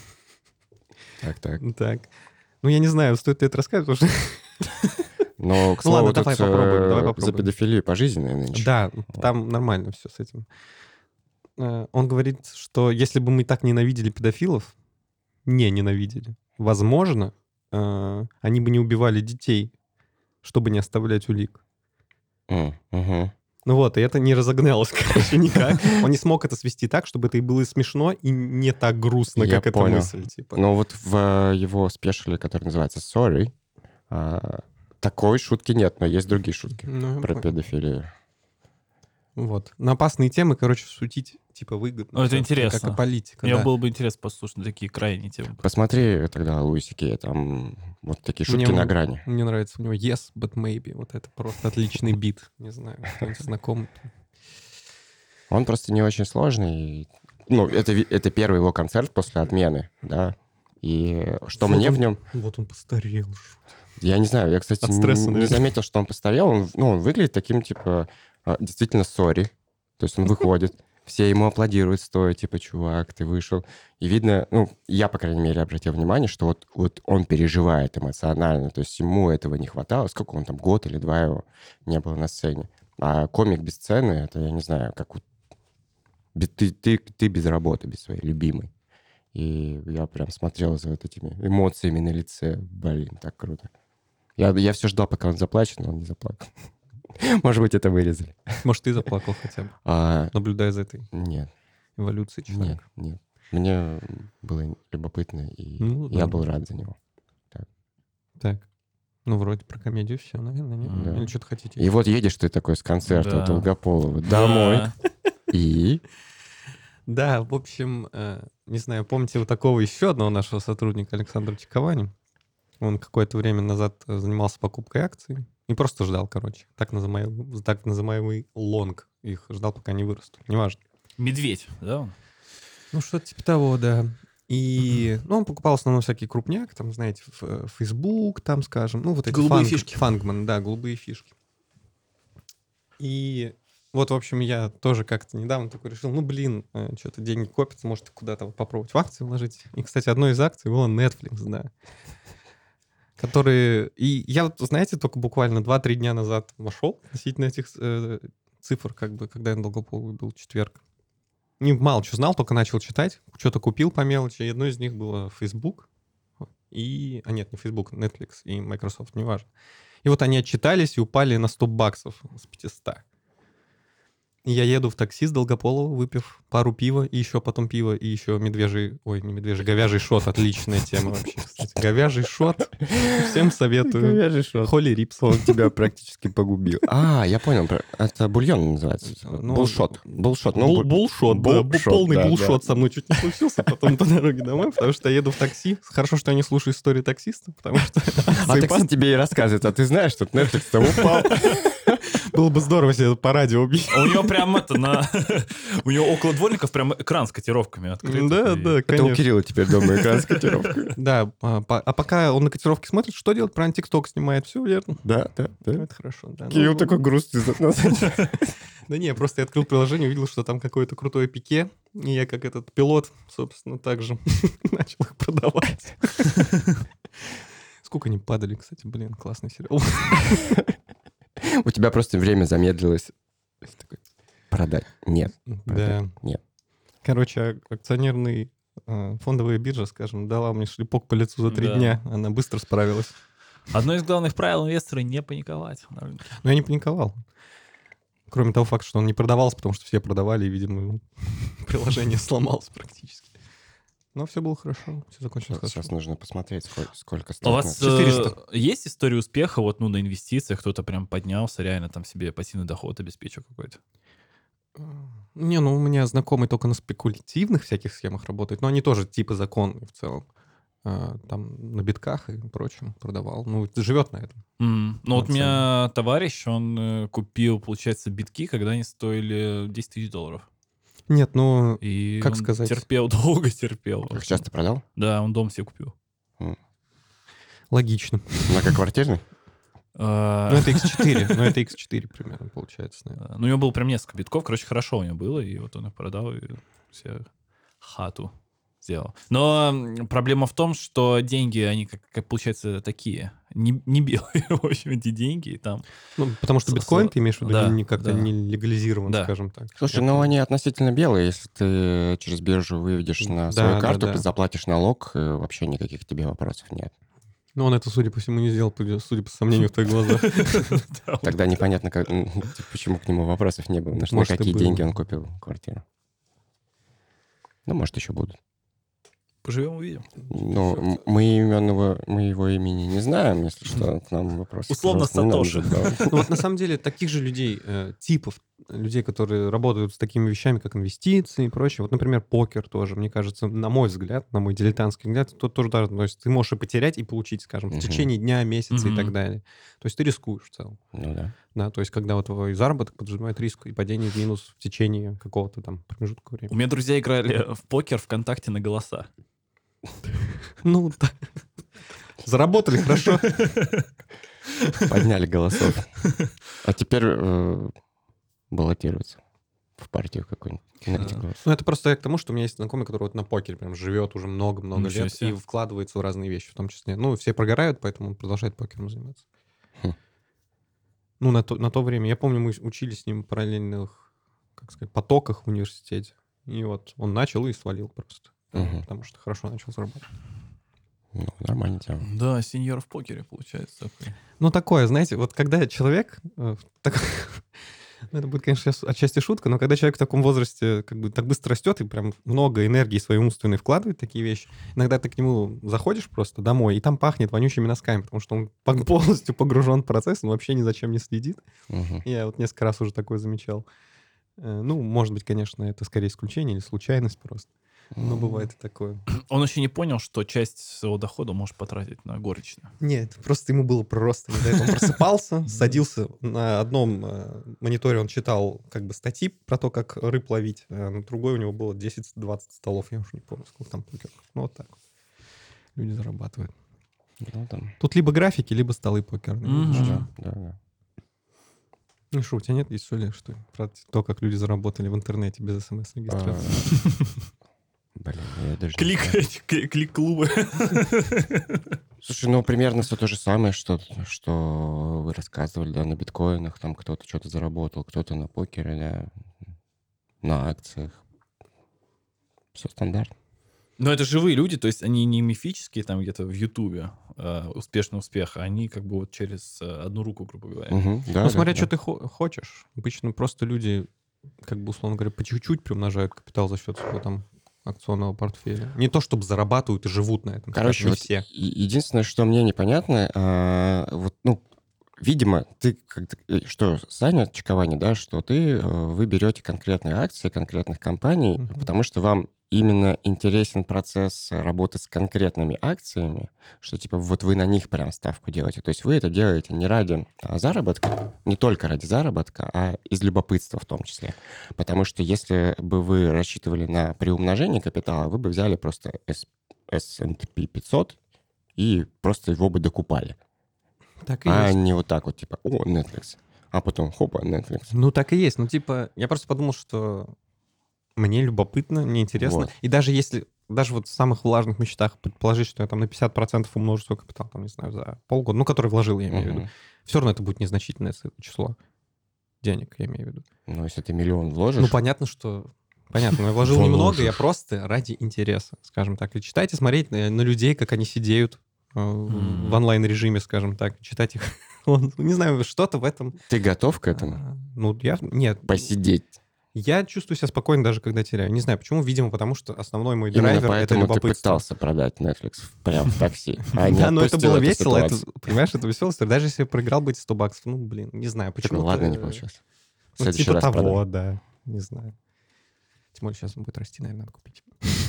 Так. Так. Ну, я не знаю, стоит ли это рассказывать, потому что... Но, к Ну ладно, слову, давай тут, попробуем, давай за попробуем. педофилию пожизненная нынче. Да, там нормально все с этим. Он говорит, что если бы мы так ненавидели педофилов, не ненавидели, возможно, они бы не убивали детей, чтобы не оставлять улик. Мгм. Ну вот, и это не разогналось, короче, никак. Он не смог это свести так, чтобы это и было смешно, и не так грустно, Я как эта понял. мысль. Типа. Но вот в его спешле, который называется «Sorry», такой шутки нет, но есть другие шутки Ну, я про понял. педофилию. Вот. На опасные темы, короче, шутить, типа, выгодно. Ну, это всё-таки, интересно. Как и политика, Мне да. было бы интересно послушать такие крайние темы. Посмотри тогда Луиси Кея, там вот такие шутки Мне на он- грани. Мне нравится у него Yes, but maybe. Вот это просто отличный бит. Не знаю, кто-нибудь знаком. Он просто не очень сложный. Ну, это первый его концерт после отмены, да. И что Вот мне он- в нем... Вот он постарел. Я не знаю, я, кстати, От стресса, не наверное. заметил, что он постарел. Он выглядит таким, типа, действительно сори. То есть он выходит, все ему аплодируют стоя, типа, чувак, ты вышел. И видно, ну, я, по крайней мере, обратил внимание, что вот он переживает эмоционально. То есть ему этого не хватало. Сколько он там, год или два его не было на сцене. А комик без сцены, это, я не знаю, как вот... Ты без работы, без своей любимой. И я прям смотрел за вот этими эмоциями на лице. Блин, так круто. Я все ждал, пока он заплачет, но он не заплакал. Может быть, это вырезали. Может, ты заплакал хотя бы, наблюдая за этой Нет, эволюцией человека. нет. Мне было любопытно, и Ну, я да. был рад за него. Так. Ну, вроде про комедию все, наверное, нет? Да. Или что-то хотите? И вот едешь ты такой с концерта Да. Долгополова домой, Да. и... Да, в общем, не знаю, помните вот такого еще одного нашего сотрудника Александра Чиковани? Он какое-то время назад занимался покупкой акций и просто ждал, короче. Так называемый лонг. Их ждал, пока не вырастут. Неважно. Медведь, да? он? Ну, что-то типа того, да. И, ну, он покупал в основном всякий крупняк, там, знаете, Facebook, там, скажем, ну, вот эти Голубые фишки. фангман, да, голубые фишки. И вот, в общем, я тоже как-то недавно такой решил, ну, блин, что-то деньги копятся, может, куда-то попробовать в акции вложить. И, кстати, одной из акций была Netflix, да. Которые... И я вот, знаете, только буквально 2-3 дня назад вошел относительно этих цифр, как бы, когда я на Долгополовой был, четверг. Мало что знал, только начал читать. Что-то купил по мелочи. И одно из них было Facebook. И... А нет, не Facebook, Netflix и Microsoft, неважно. И вот они отчитались и упали на $100 с 500. И я еду в такси с Долгополова, выпив пару пива, и еще потом пиво, и еще говяжий шот. Отличная тема вообще, кстати. Говяжий шот. Всем советую. Холли Рипс. Он тебя практически погубил. Я понял. Это бульон называется. Ну, Булшот. Булшот, да. Полный булшот со мной чуть не случился потом по дороге домой, потому что я еду в такси. Хорошо, что я не слушаю истории таксиста, потому что... А таксист тебе и рассказывает, а ты знаешь, что Netflix там упал? Было бы здорово, если это по радио убить. А у него прям у него около дворников прям экран с котировками открыт. Да, Это у конечно. Кирилла теперь дома экран с котировкой. Да, а пока он на котировке смотрит, что делать? Правильно, ТикТок снимает, все верно. Да. Это хорошо, да. Кирилл Ну, такой грустный. Да не, просто я открыл приложение, увидел, что там какое-то крутое пике, и я как этот пилот, собственно, также начал их продавать. Сколько они падали, кстати, блин, классный сериал. У тебя просто время замедлилось. Такой, продать. Нет. Да. Нет. Короче, акционерный фондовая биржа, скажем, дала мне шлепок по лицу за 3 Да. дня. Она быстро справилась. Одно из главных правил инвестора — не паниковать. Но я не паниковал. Кроме того факта, что он не продавался, потому что все продавали, и, видимо, приложение сломалось практически. Но все было хорошо, все закончилось хорошо. Сейчас нужно посмотреть, сколько У стоит. вас 400. есть история успеха вот, на инвестициях? Кто-то прям поднялся, реально там себе пассивный доход обеспечил какой-то? Не, ну у меня знакомый только на спекулятивных всяких схемах работает, но они тоже типа законные в целом. Там на битках и прочем продавал. Ну, живет на этом. Ну вот у меня товарищ, он купил, получается, битки, когда они стоили $10 000. Нет, ну, И как он сказать? долго терпел. Как часто продал? Да, он дом себе купил. Логично. Многоквартирный? Ну, это X4. Ну, это X4 примерно получается, наверное. Ну, у него было прям несколько битков. Короче, хорошо у него было. И вот он их продал, и себе хату сделал. Но проблема в том, что деньги, они, как получается, такие. Не белые, в общем, эти деньги. И там... Ну, потому что биткоин, ты имеешь в виду, Да, как-то да. не легализирован, Да. скажем так. Слушай, ну они относительно белые. Если ты через биржу выведешь на Да, свою да, карту, да. заплатишь налог, вообще никаких тебе вопросов нет. Но он это, судя по всему, не сделал, судя по сомнению в твоих глазах. Тогда непонятно, почему к нему вопросов не было. На Может, и какие было. деньги он купил квартиру. Ну, может, еще будут. Поживем, увидим. Ну, мы его имени не знаем, если что, к нам вопросы. Условно, пожалуйста, не надо Сатоши. задавать. Ну вот на самом деле таких же людей, типов людей, которые работают с такими вещами, как инвестиции и прочее. Вот, например, покер тоже, мне кажется, на мой взгляд, на мой дилетантский взгляд, тут тоже даже, то есть ты можешь и потерять, и получить, скажем, в Мгм. течение дня, месяца и Мгм. так далее. То есть ты рискуешь в целом. Ну да. Да, то есть когда вот твой заработок подразумевает риск и падение в минус в течение какого-то там промежутка У времени. меня друзья играли в покер ВКонтакте на голоса. Ну, да. Заработали хорошо. Подняли голосов. А теперь баллотируются в партию какую-нибудь. Кинете голос. Ну, это просто я к тому, что у меня есть знакомый, который вот на покере прям живет уже много-много Ничего лет себе. и вкладывается в разные вещи, в том числе. Ну, все прогорают, поэтому он продолжает покером заниматься. Хм. Ну, на то время. Я помню, мы учились с ним в параллельных, как сказать, потоках в университете. И вот он начал и свалил просто. Мгм. Потому что хорошо начал зарабатывать. Ну, нормальная тема. Да, сеньор в покере, получается. Такой. Ну, такое, знаете, вот когда человек... Ну, это будет, конечно, сейчас отчасти шутка, но когда человек в таком возрасте как бы так быстро растет и прям много энергии своей умственной вкладывает в такие вещи, иногда ты к нему заходишь просто домой, и там пахнет вонючими носками, потому что он полностью погружен в процесс, он вообще ни за чем не следит. Мгм. Я вот несколько раз уже такое замечал. Ну, может быть, конечно, это скорее исключение или случайность просто. Но бывает и такое. Он еще не понял, что часть своего дохода может потратить на горничную. Нет, просто ему было просто не до этого. Он просыпался, садился на одном мониторе, он читал как бы статьи про то, как рыб ловить, а на другой у него было 10-20 столов, я уже не помню, сколько там покеров. Ну, вот так вот. Люди зарабатывают. Ну, там. Тут либо графики, либо столы покерные. Мгм. Видишь? Да. Ну что, у тебя нет истории, что ли, про то, как люди заработали в интернете без смс-регистрации? Блин, я даже не знаю. Клик-клубы. Слушай, ну, примерно все то же самое, что вы рассказывали, да, на биткоинах. Там кто-то что-то заработал, кто-то на покере, да, на акциях. Все стандартно. Но это живые люди, то есть они не мифические там где-то в Ютубе успешный успех, а они как бы вот через одну руку, грубо говоря. Мгм, да, Ну, да, смотря, да. что ты хочешь. Обычно просто люди, как бы, условно говоря, по чуть-чуть приумножают капитал за счет своего там акционного портфеля. Не то, чтобы зарабатывают и живут на этом. Короче, не вот все. единственное, что мне непонятно, вот, ну, видимо, ты что, Саня Чиковани, да, что вы берете конкретные акции конкретных компаний, Мгм. потому что вам именно интересен процесс работы с конкретными акциями, что типа вот вы на них прям ставку делаете. То есть вы это делаете не ради заработка, не только ради заработка, а из любопытства в том числе. Потому что если бы вы рассчитывали на приумножение капитала, вы бы взяли просто S&P 500 и просто его бы докупали. Так и А есть. не вот так вот, типа, о, Netflix. А потом, хопа, Netflix. Ну, так и есть. Ну, типа, я просто подумал, что мне любопытно, мне интересно. Вот. И даже если, даже вот в самых влажных мечтах предположить, что я там на 50% умножу свой капитал, там, не знаю, за полгода, ну, который вложил, я имею в виду, Мгм. все равно это будет незначительное число денег, я имею в виду. Ну, если ты миллион вложишь, Ну, понятно, Понятно, я вложил Вложишь. немного, я просто ради интереса, скажем так. И читать и смотреть на людей, как они сидеют в онлайн-режиме, скажем так, читать их. Не знаю, что-то в этом. ты готов к этому? Ну, нет. Посидеть. Я чувствую себя спокойно, даже когда теряю. Не знаю, почему. Видимо, потому что основной мой Именно драйвер — это поэтому ты любопытство. пытался продать Netflix прям в такси. А не Да, но это отпустил было эту весело. Это, ситуацию. понимаешь, это веселая история. Даже если я проиграл бы эти 100 баксов, ну, блин, не знаю, Такой, почему. ладно, не получилось. В Ну, следующий типа раз того, продам. да. Не знаю. Тем более сейчас он будет расти, наверное, надо купить.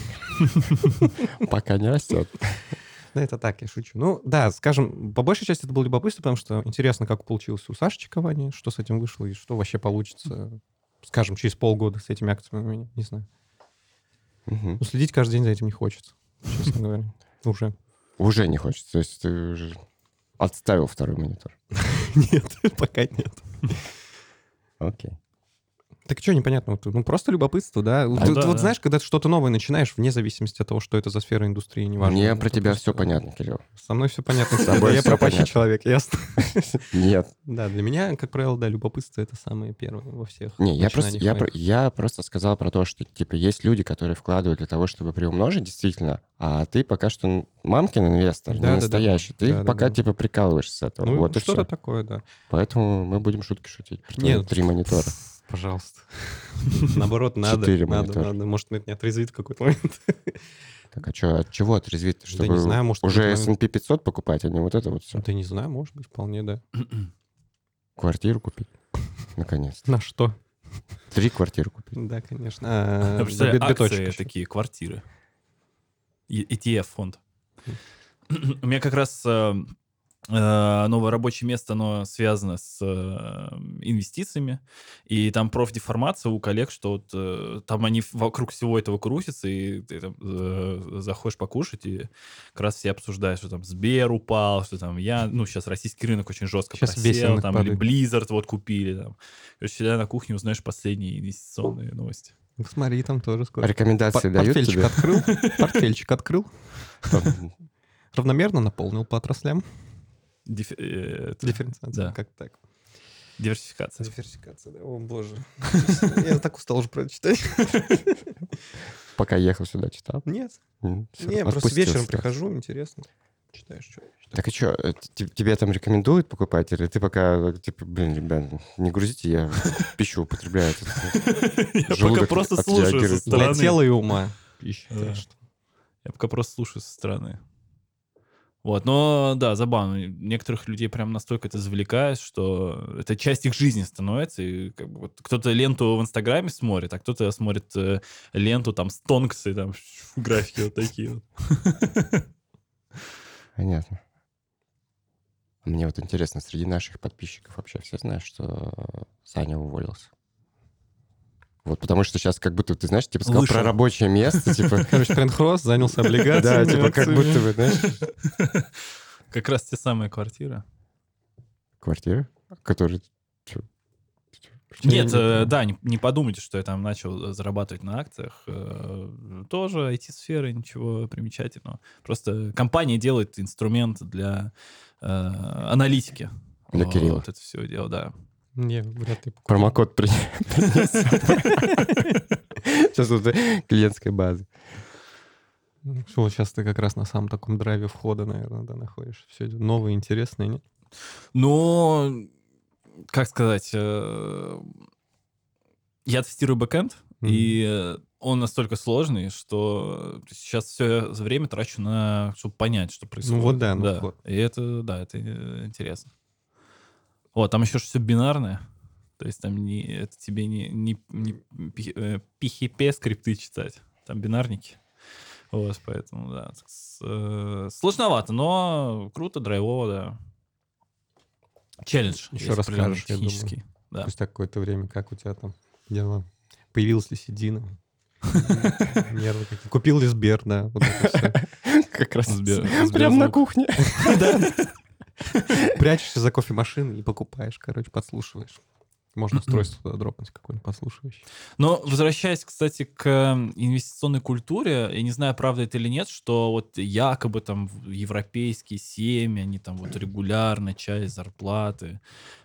Пока не растет. Да, это так, я шучу. Ну, да, скажем, по большей части это было любопытство, потому что интересно, как получилось у Саши Чиковани, что с этим вышло и что вообще получится, скажем, через полгода с этими акциями у меня, не знаю. Мгм. Ну, следить каждый день за этим не хочется, честно говоря. Уже. Уже не хочется. То есть ты уже отставил второй монитор. Нет, пока нет. Окей. Так что непонятно? Ну, просто любопытство, да? Ну Ты да, вот да. знаешь, когда ты что-то новое начинаешь, вне зависимости от того, что это за сфера индустрии, неважно. Мне это про тебя просто- все понятно, Кирилл. Со мной все понятно. С тобой Я всё пропащий понятно. человек, ясно? Нет. Да, для меня, как правило, да, любопытство — это самое первое во всех Не, начинаниях моих. я просто сказал про то, что, типа, есть люди, которые вкладывают для того, чтобы приумножить, действительно, а ты пока что мамкин инвестор, не Да-да-да. настоящий. Ты Да-да-да. пока, типа, прикалываешься с этого. Ну, Вот и что-то все. такое, да. Поэтому мы будем шутки шутить. Про твои Нет, 3 монитора. Пожалуйста. Наоборот, надо. 4 Надо, монитора. надо. Может, это не отрезвит в какой-то момент. Так, а что, от чего отрезвить? Чтобы не знаю, может, уже какой-то момент- S&P 500 покупать, а не вот это вот все. Да не знаю, может быть, вполне, да. Квартиру купить. Наконец-то. На что? 3 квартиры купить. Да, конечно. Я представляю, Биточек акции еще. такие, квартиры. ETF-фонд. У меня как раз новое рабочее место, оно связано с инвестициями, и там профдеформация у коллег, что вот там они вокруг всего этого крутятся, и ты там заходишь покушать, и как раз все обсуждают, что там Сбер упал, что там сейчас российский рынок очень жестко Щас весь просел, рынок там, или падает. Blizzard вот купили. Там. Короче, всегда на кухне узнаешь последние инвестиционные новости. Ну, смотри, там тоже скоро. Рекомендации дают Портфельчик тебе? открыл. Портфельчик открыл. Там, Равномерно наполнил по отраслям. Это, Дифференциация. да. Как так? диверсификация. Диверсификация, да. О, боже. Я так устал уже про это читать. Пока ехал сюда, читал? Нет. Всё, Не, просто отпустил вечером ситуацию. прихожу, интересно. Читаешь, что. Так и что, тебе там рекомендуют покупать? Или ты пока, типа, блин, ребят, не грузите, я пищу употребляю. Я пока Желудок просто слушаю со отреагирует. Для стороны. тела и ума. Пища. Да. так что. Я пока просто слушаю со стороны. Вот, но да, забавно. Некоторых людей прям настолько это завлекает, что это часть их жизни становится. И как бы вот кто-то ленту в Инстаграме смотрит, а кто-то смотрит ленту там с тонксы, там графики вот такие вот. Понятно. Мне вот интересно, среди наших подписчиков вообще все знают, что Саня уволился? Вот потому что сейчас как будто, ты знаешь, типа сказал Вышел. про рабочее место, типа... Короче, Трендхрост занялся Да, облигациями. типа как акциями. будто бы, знаешь, Как раз те самые квартиры. квартира, которые... Нет, не понимаю. да, не подумайте, что я там начал зарабатывать на акциях. Тоже IT-сфера, ничего примечательного. Просто компания делает инструмент для аналитики. Для Кирилла. Вот это все дело, да. Не, вряд ли покупаю. Промокод принес. Сейчас вот клиентская база. Что, сейчас ты как раз на самом таком драйве входа, наверное, да, находишься. Все новое, интересное, нет? Но, как сказать, я тестирую бэкэнд, и он настолько сложный, что сейчас все время трачу на, чтобы понять, что происходит. вот да, ну вот. И это, да, это интересно. Вот, там еще все бинарное. То есть там это тебе не PHP скрипты читать. Там бинарники. Вот, поэтому, да. Сложновато, но круто, драйвово, да. Челлендж. Еще есть определенный расскажешь, я думаю. технический. Да. Спустя какое-то время, как у тебя там дела? Появилась ли седина? Нервы какие. Купил ли Сбер, да. Вот это всё. Как раз Сбер- прям на Сберзвук. кухне. Прячешься за кофемашиной и покупаешь, короче, подслушиваешь. Можно устройство туда дропнуть какое-нибудь подслушивающее. Но возвращаясь, кстати, к инвестиционной культуре, я не знаю, правда это или нет, что вот якобы там европейские семьи, они там вот регулярно часть зарплаты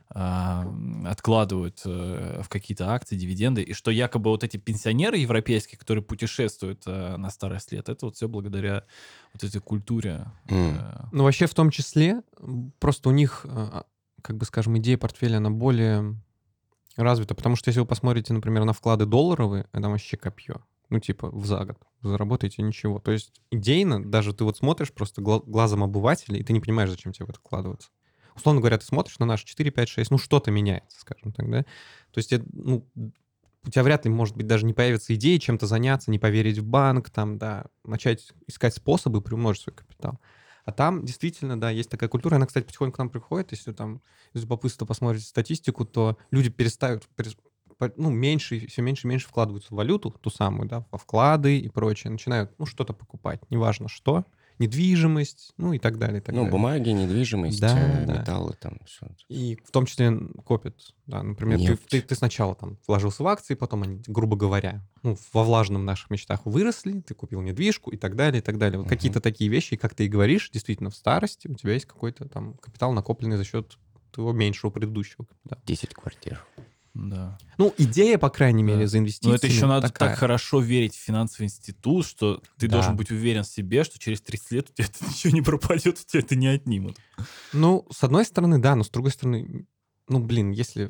откладывают в какие-то акции, дивиденды, и что якобы вот эти пенсионеры европейские, которые путешествуют на старость лет, это вот все благодаря вот этой культуре. Ну, вообще, в том числе, просто у них, как бы, скажем, идея портфеля, она более развита, потому что если вы посмотрите, например, на вклады долларовые, это вообще копье. Ну, типа, за год. Вы заработаете ничего. То есть идейно, даже ты вот смотришь просто глазом обывателя, и ты не понимаешь, зачем тебе в это вкладываться. Условно говоря, ты смотришь на наши 4, 5, 6, ну, что-то меняется, скажем так, да? То есть, ну, у тебя вряд ли, может быть, даже не появится идея чем-то заняться, не поверить в банк, там, да, начать искать способы приумножить свой капитал. А там действительно, да, есть такая культура. Она, кстати, потихоньку к нам приходит. Если там из любопытства посмотрите статистику, то люди перестают, ну, все меньше и меньше вкладываются в валюту, ту самую, да, во вклады и прочее. Начинают, ну, что-то покупать, неважно что, недвижимость, ну, и так далее, и так Ну, далее. бумаги, недвижимость, Да, да. металлы там, все. И в том числе копят, да, например, Нефть. ты сначала там вложился в акции, потом они, грубо говоря, ну, во влажном наших мечтах выросли, ты купил недвижку и так далее, и так далее. Вот Мгм. какие-то такие вещи, и как ты и говоришь, действительно, в старости у тебя есть какой-то там капитал, накопленный за счет твоего меньшего предыдущего капитала. 10 квартир. Да. Ну, идея, по крайней Да. мере, за инвестициями Но это еще надо такая. так хорошо верить в финансовый институт, что ты Да. должен быть уверен в себе, что через 30 лет у тебя это ничего не пропадет, у тебя это не отнимут. Ну, с одной стороны, да, но с другой стороны, ну, блин, если...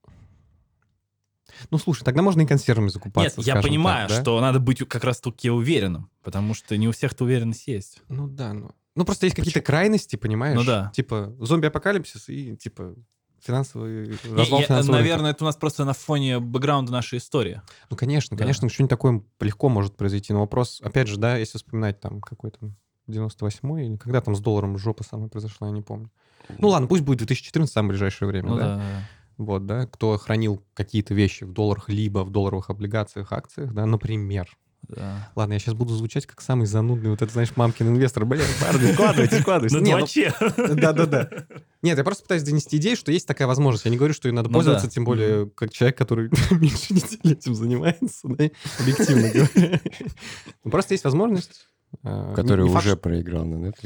Ну, слушай, тогда можно и консервами закупаться, Нет, я скажем понимаю, так, да? что надо быть как раз-таки уверенным, потому что не у всех-то уверенность есть. Ну да, ну просто есть какие-то крайности, понимаешь? Ну да. Типа зомби-апокалипсис и типа финансовый развал финансового рынка. Наверное, это у нас просто на фоне бэкграунда нашей истории. Ну, конечно, Да. конечно, что-нибудь такое легко может произойти. Но вопрос, опять же, да, если вспоминать там какой-то 98-й, или когда там с долларом жопа самая произошла, я не помню. Ну ладно, пусть будет 2014, самое ближайшее время, Ну да? да. Вот, да, кто хранил какие-то вещи в долларах, либо в долларовых облигациях, акциях, да, например. Да. Ладно, я сейчас буду звучать как самый занудный, вот это, знаешь, мамкин инвестор. Блин, парни, вкладывайтесь. На Не, ну, дваче. Да-да-да. Нет, я просто пытаюсь донести идею, что есть такая возможность. Я не говорю, что ее надо Ну пользоваться, да. тем более как человек, который меньше недели этим занимается, да, объективно говоря. Ну, просто есть возможность. Который не факт, уже что- проиграл на Netflix.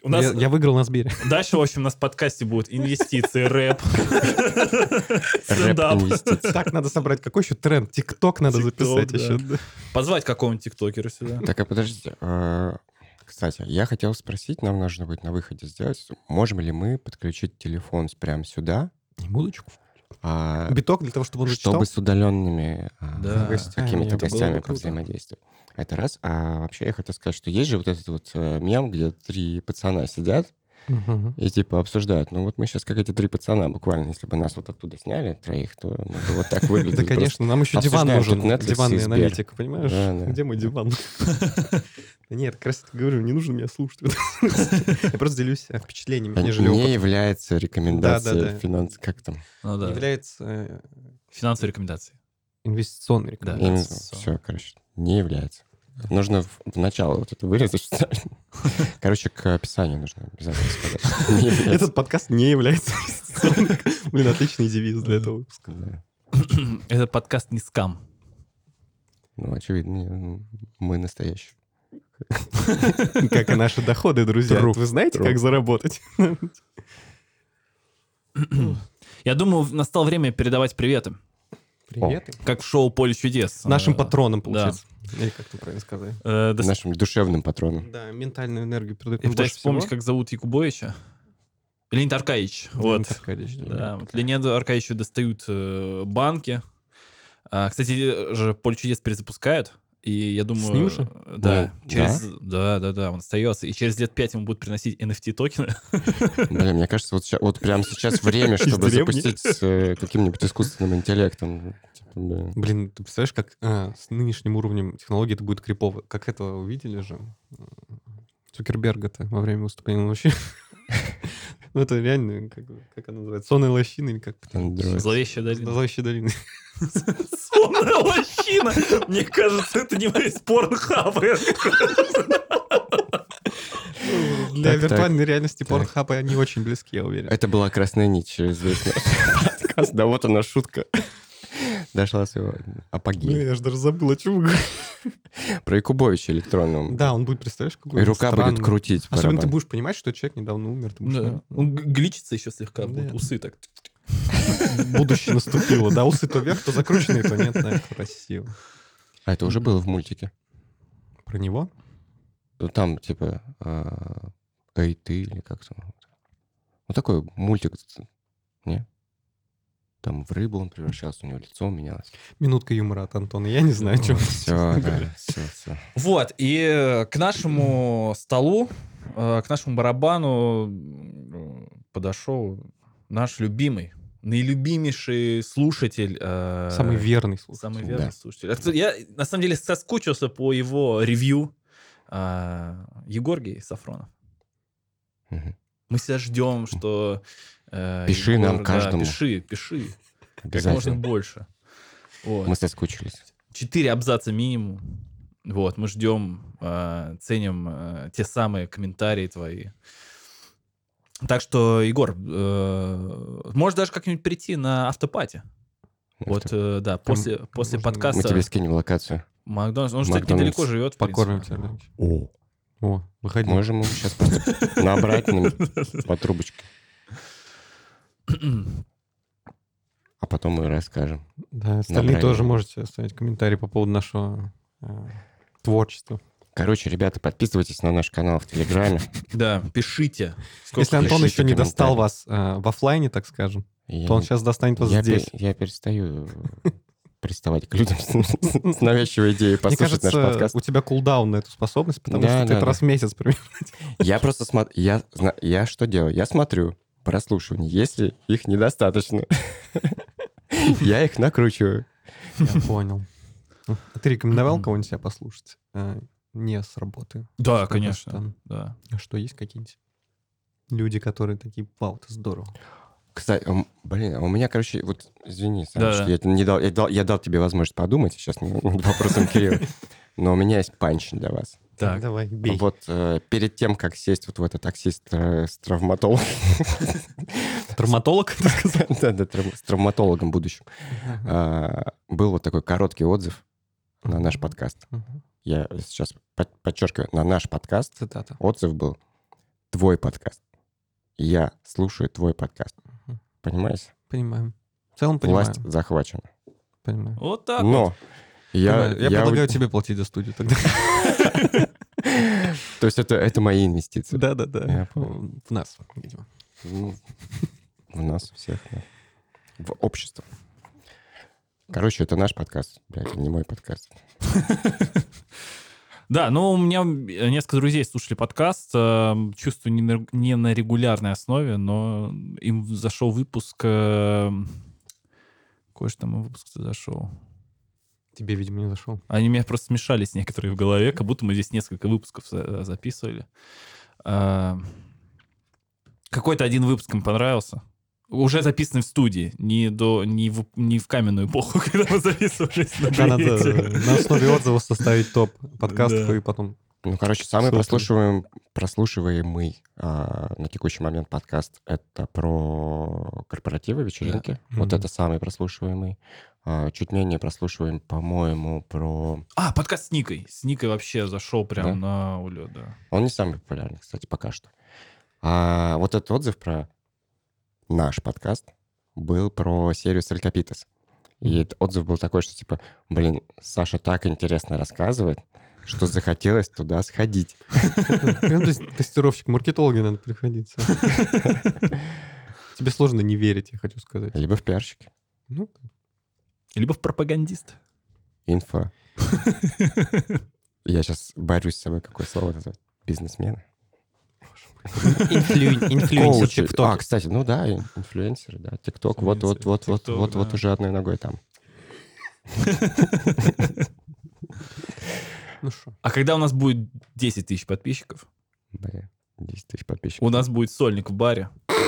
У нас Я выиграл на Сбере. дальше, в общем, у нас в подкасте будут инвестиции, рэп, стендап. Рэп-инвестиции. Так, надо собрать. Какой еще тренд? ТикТок надо TikTok, записать да. еще. Позвать какого-нибудь тиктокера сюда. Так, а подождите. Кстати, я хотел спросить, нам нужно будет на выходе сделать, можем ли мы подключить телефон прямо сюда, Не будочку. а, Биток для того, чтобы он зачитал? чтобы с удаленными Да. какими-то Это было бы гостями круто. повзаимодействовать. Это раз. А вообще я хотел сказать, что есть же вот этот вот мем, где 3 пацана сидят Мгм. и типа обсуждают. Ну вот мы сейчас как эти 3 пацана буквально, если бы нас вот оттуда сняли, 3, то мы бы вот так выглядели. Да, конечно, нам еще диван обсуждаем нужен. тут Netflix и Диванный Сбер. аналитик, понимаешь? Да, да. Где мой диван? Да нет, как раз таки говорю, не нужно меня слушать. Я просто делюсь впечатлениями, Просто нежели не опытом. является рекомендацией Да. финанс... Как там? Ну да. Является Финансовые рекомендации. инвестиционной Да. рекомендацией. Все, короче, не является. Нужно в начало вот это вырезать. Короче, к описанию нужно обязательно сказать. Не является. Этот подкаст не является инвестиционным. Блин, отличный девиз для этого выпуска. Да. Этот подкаст не скам. Ну, очевидно, мы настоящие. Как и наши доходы, друзья. True. Вы знаете, True. как заработать? Я думаю, настало время передавать приветы. Привет. Как в шоу «Поле чудес». Нашим Э, патронам, получается. Или как ты правильно сказать? Нашим душевным патроном. Да, ментальную энергию передают Я нам пытаюсь больше вспомнить, всего. как зовут Якубовича. Леонид Аркадьевич. Вот. Леонид Аркадьевич, Да, вот Леониду Аркадьевичу достают банки. Кстати, же «Поле чудес» перезапускают. И я думаю... С ним же? Да. Ну, Да, он остается. И через лет 5 ему будут приносить NFT-токены. Блин, мне кажется, вот прямо сейчас время, чтобы деревни. запустить с каким-нибудь искусственным интеллектом. Типа, да. Блин, ты представляешь, как с нынешним уровнем технологий это будет крипово. Как этого увидели же? Цукерберга-то во время выступления. Он вообще... Ну, это реально, как она называется? Сонная лощина или как? Андроид. Зловещая долина. Зловещая долина. Сонная лощина! Мне кажется, это не из порнхаба. Для Так, виртуальной реальности так. Pornhub они очень близки, я уверен. Это была красная нить через весь наш подкаст. Да вот она шутка. Дошла с его Блин, апогея. я же даже забыл, о чем вы говорите. Про Якубовича электронного. Да, он будет, представляешь, какой И рука будет крутить. Особенно ты барабан. будешь понимать, что человек недавно умер. Ты будешь Да. понимать. Он гличится еще слегка, Да. будут усы так. Будущее наступило. Да, усы то вверх, то закрученные, то нет. Да, красиво. А это уже было в мультике. Про него? Ну, там, типа, «Эй, ты» или как там. Ну, такой мультик. Не? Там в рыбу он превращался, у него лицо менялось. Минутка юмора от Антона. Я не знаю, о чем. Все, да, все. Вот, и к нашему столу, к нашему барабану подошел наш любимый, наилюбимейший слушатель. Самый верный слушатель. Самый верный Да. слушатель. Я, на самом деле, соскучился по его ревью. Егоргий Сафронов. Мгм. Мы себя ждем, что... Пиши нам каждому. Пиши. Как можно Обязательно. больше. Вот. Мы соскучились. 4 абзаца минимум. Вот, мы ждем, ценим те самые комментарии твои. Так что, Егор, можешь даже как-нибудь прийти на автопати. Вот, да, после можно Мы подкаста тебе скинем локацию. Макдональдс. Он же, кстати, Макдональдс. недалеко живет. в Покормим принципе. тебя. Леонид. О, О, выходи. можем ему сейчас просто набрать по трубочке, а потом мы расскажем. Да, остальные Набрали. тоже можете оставить комментарии по поводу нашего творчества. Короче, ребята, подписывайтесь на наш канал в Телеграме. Да, пишите. Сколько Если Антон пишите еще не достал комментарии. вас в оффлайне, так скажем, Я то он не- сейчас достанет вас я здесь. я перестаю приставать к людям с навязчивой идеей Мне послушать наш кажется, подкаст. у тебя кулдаун на эту способность, потому Да, что ты да, это да. раз в месяц примерно. Я просто смотрю... Я что делаю? Я смотрю прослушивания, если их недостаточно. Я их накручиваю. Я понял. А ты рекомендовал кого-нибудь себя послушать? Не с работы. Да, Что-то конечно. там. Да. А что, есть какие-нибудь люди, которые такие, вау, это здорово. Кстати, блин, а у меня, короче, вот, извини, Саш, Да. что я не дал, я дал тебе возможность подумать сейчас над вопросом Кирилла, но у меня есть панч для вас. Так. Давай, бей. Вот перед тем, как сесть вот в это такси с травматологом, Травматолог? да, с травматологом будущим, был вот такой короткий отзыв на наш подкаст. Мгм. Я сейчас подчеркиваю, на наш подкаст Цитата. отзыв был твой подкаст. Я слушаю твой подкаст. Мгм. Понимаешь? Понимаем. В целом понимаю. Власть захвачена. Понимаю. Вот так вот. Но Понимаю. Я предлагаю у- тебе платить за студию тогда. То есть это мои инвестиции. Да-да-да. Я понял. В нас, видимо. Ну, в нас всех, да. В общество. Короче, это наш подкаст, блядь, не мой подкаст. Да, но у меня несколько друзей слушали подкаст. Чувствую, не на регулярной основе, но им зашел выпуск... Какой же там выпуск зашел? Тебе, видимо, не зашел. Они меня просто смешались некоторые в голове, как будто мы здесь несколько выпусков записывали. Какой-то один выпуск им понравился. Уже записанный в студии, не в каменную эпоху, когда мы записывались на Да, надо проекте. на основе отзывов составить топ подкастов Да. и потом... Ну, короче, самый Слушали. прослушиваемый на текущий момент подкаст — это про корпоративы, вечеринки. Вот Мгм. это самый прослушиваемый. Чуть менее прослушиваем, по-моему, про... Подкаст с Никой. С Никой вообще зашел прям Да? на улет, да. Он не самый популярный, кстати, пока что. А вот этот отзыв про наш подкаст был про серию Салькапитес. И этот отзыв был такой, что типа, блин, Саша так интересно рассказывает, что захотелось туда сходить. Прям тестировщик, маркетологи надо приходить. Тебе сложно не верить, я хочу сказать. Либо в пиарщике. Ну, Либо в пропагандист. Инфо. Я сейчас борюсь с собой, какое слово назвать. Бизнесмены. инфлюенсер Коучи. ТикТок. Кстати, ну да, инфлюенсеры, да. ТикТок, вот TikTok, да. уже одной ногой там. Ну что? А когда у нас будет 10 тысяч подписчиков, Блин, 10 тысяч подписчиков. у нас будет сольник в баре.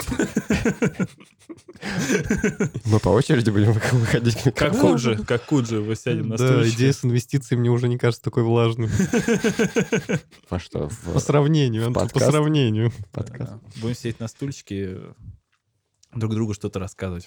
Мы по очереди будем выходить. Как Куджи, вы сядем на Да, стульчик. идея с инвестициями мне уже не кажется такой влажной. Во что? По сравнению, Антон, по подкаст? сравнению. Подкаст. Да. Будем сидеть на стульчике, друг другу что-то рассказывать.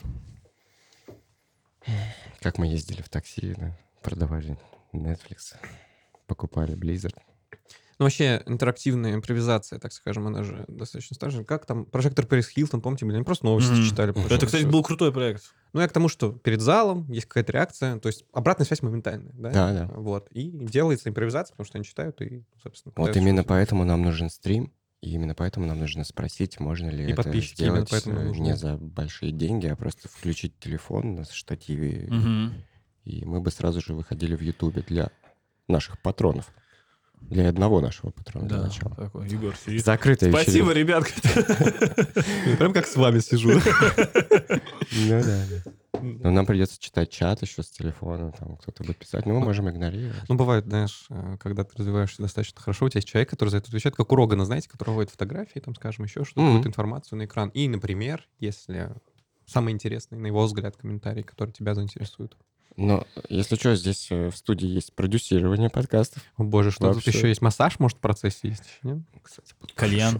Как мы ездили в такси, да, продавали Netflix, покупали Blizzard. Ну, вообще, интерактивная импровизация, так скажем, она же достаточно старая. Как там, прожектор Пэрис Хилтон, помните, блин, просто новости Мгм. читали. по Это, большому кстати, счету. был крутой проект. Ну, я к тому, что перед залом есть какая-то реакция, то есть обратная связь моментальная, да? Да, да. Вот, и делается импровизация, потому что они читают и, собственно, Вот пытаются именно что-то поэтому нам нужен стрим, и именно поэтому нам нужно спросить, можно ли И это подписчики именно сделать поэтому нужны. не за большие деньги, а просто включить телефон на штативе, и мы бы сразу же выходили в Ютубе для наших патронов. Для одного нашего патрона для Да, начала. такой Егор сидит. Закрытая Спасибо, вечеринка. ребят. Прям как с вами сижу. Ну да. Но нам придется читать чат еще с телефона, там кто-то будет писать, но мы можем игнорировать. Ну, бывает, знаешь, когда ты развиваешься достаточно хорошо, у тебя есть человек, который за это отвечает, как у Рогана, знаете, который выводит фотографии, там, скажем, еще что-то, Мгм. какую-то информацию на экран. И, например, если самый интересный, на его взгляд, комментарий, который тебя заинтересует. Но, если что, здесь в студии есть продюсирование подкастов. О боже, что тут Вообще. еще есть? Массаж, может, в процессе есть? Нет? Кстати, будет Кальян.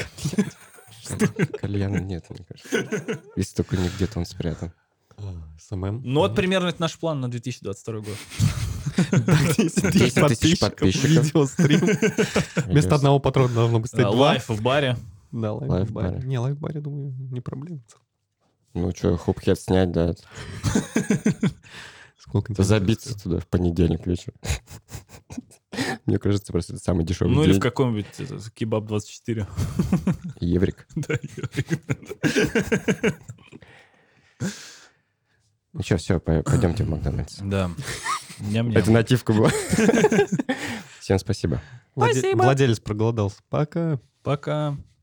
Кальяна нет, мне кажется. Если только не где-то он спрятан. СММ. Ну, вот примерно это наш план на 2022 год. 10 тысяч подписчиков. Видеострим. Вместо одного патрона должно быть стать два. Лайф в баре. Да, Лайв лайв в в баре. баре. Не, лайв в баре, думаю, не проблема. Ну что, хупхед снять, да, Сколько тебе забиться туда в понедельник вечером. Мне кажется, просто это самый дешевый Ну, или в день. каком-нибудь Кебаб 24. Еврик. Да, Ну что, все, пойдемте в Макдональдс. да. Ням-ням. Это нативка была. Всем спасибо. Владелец проголодался. Пока. Пока.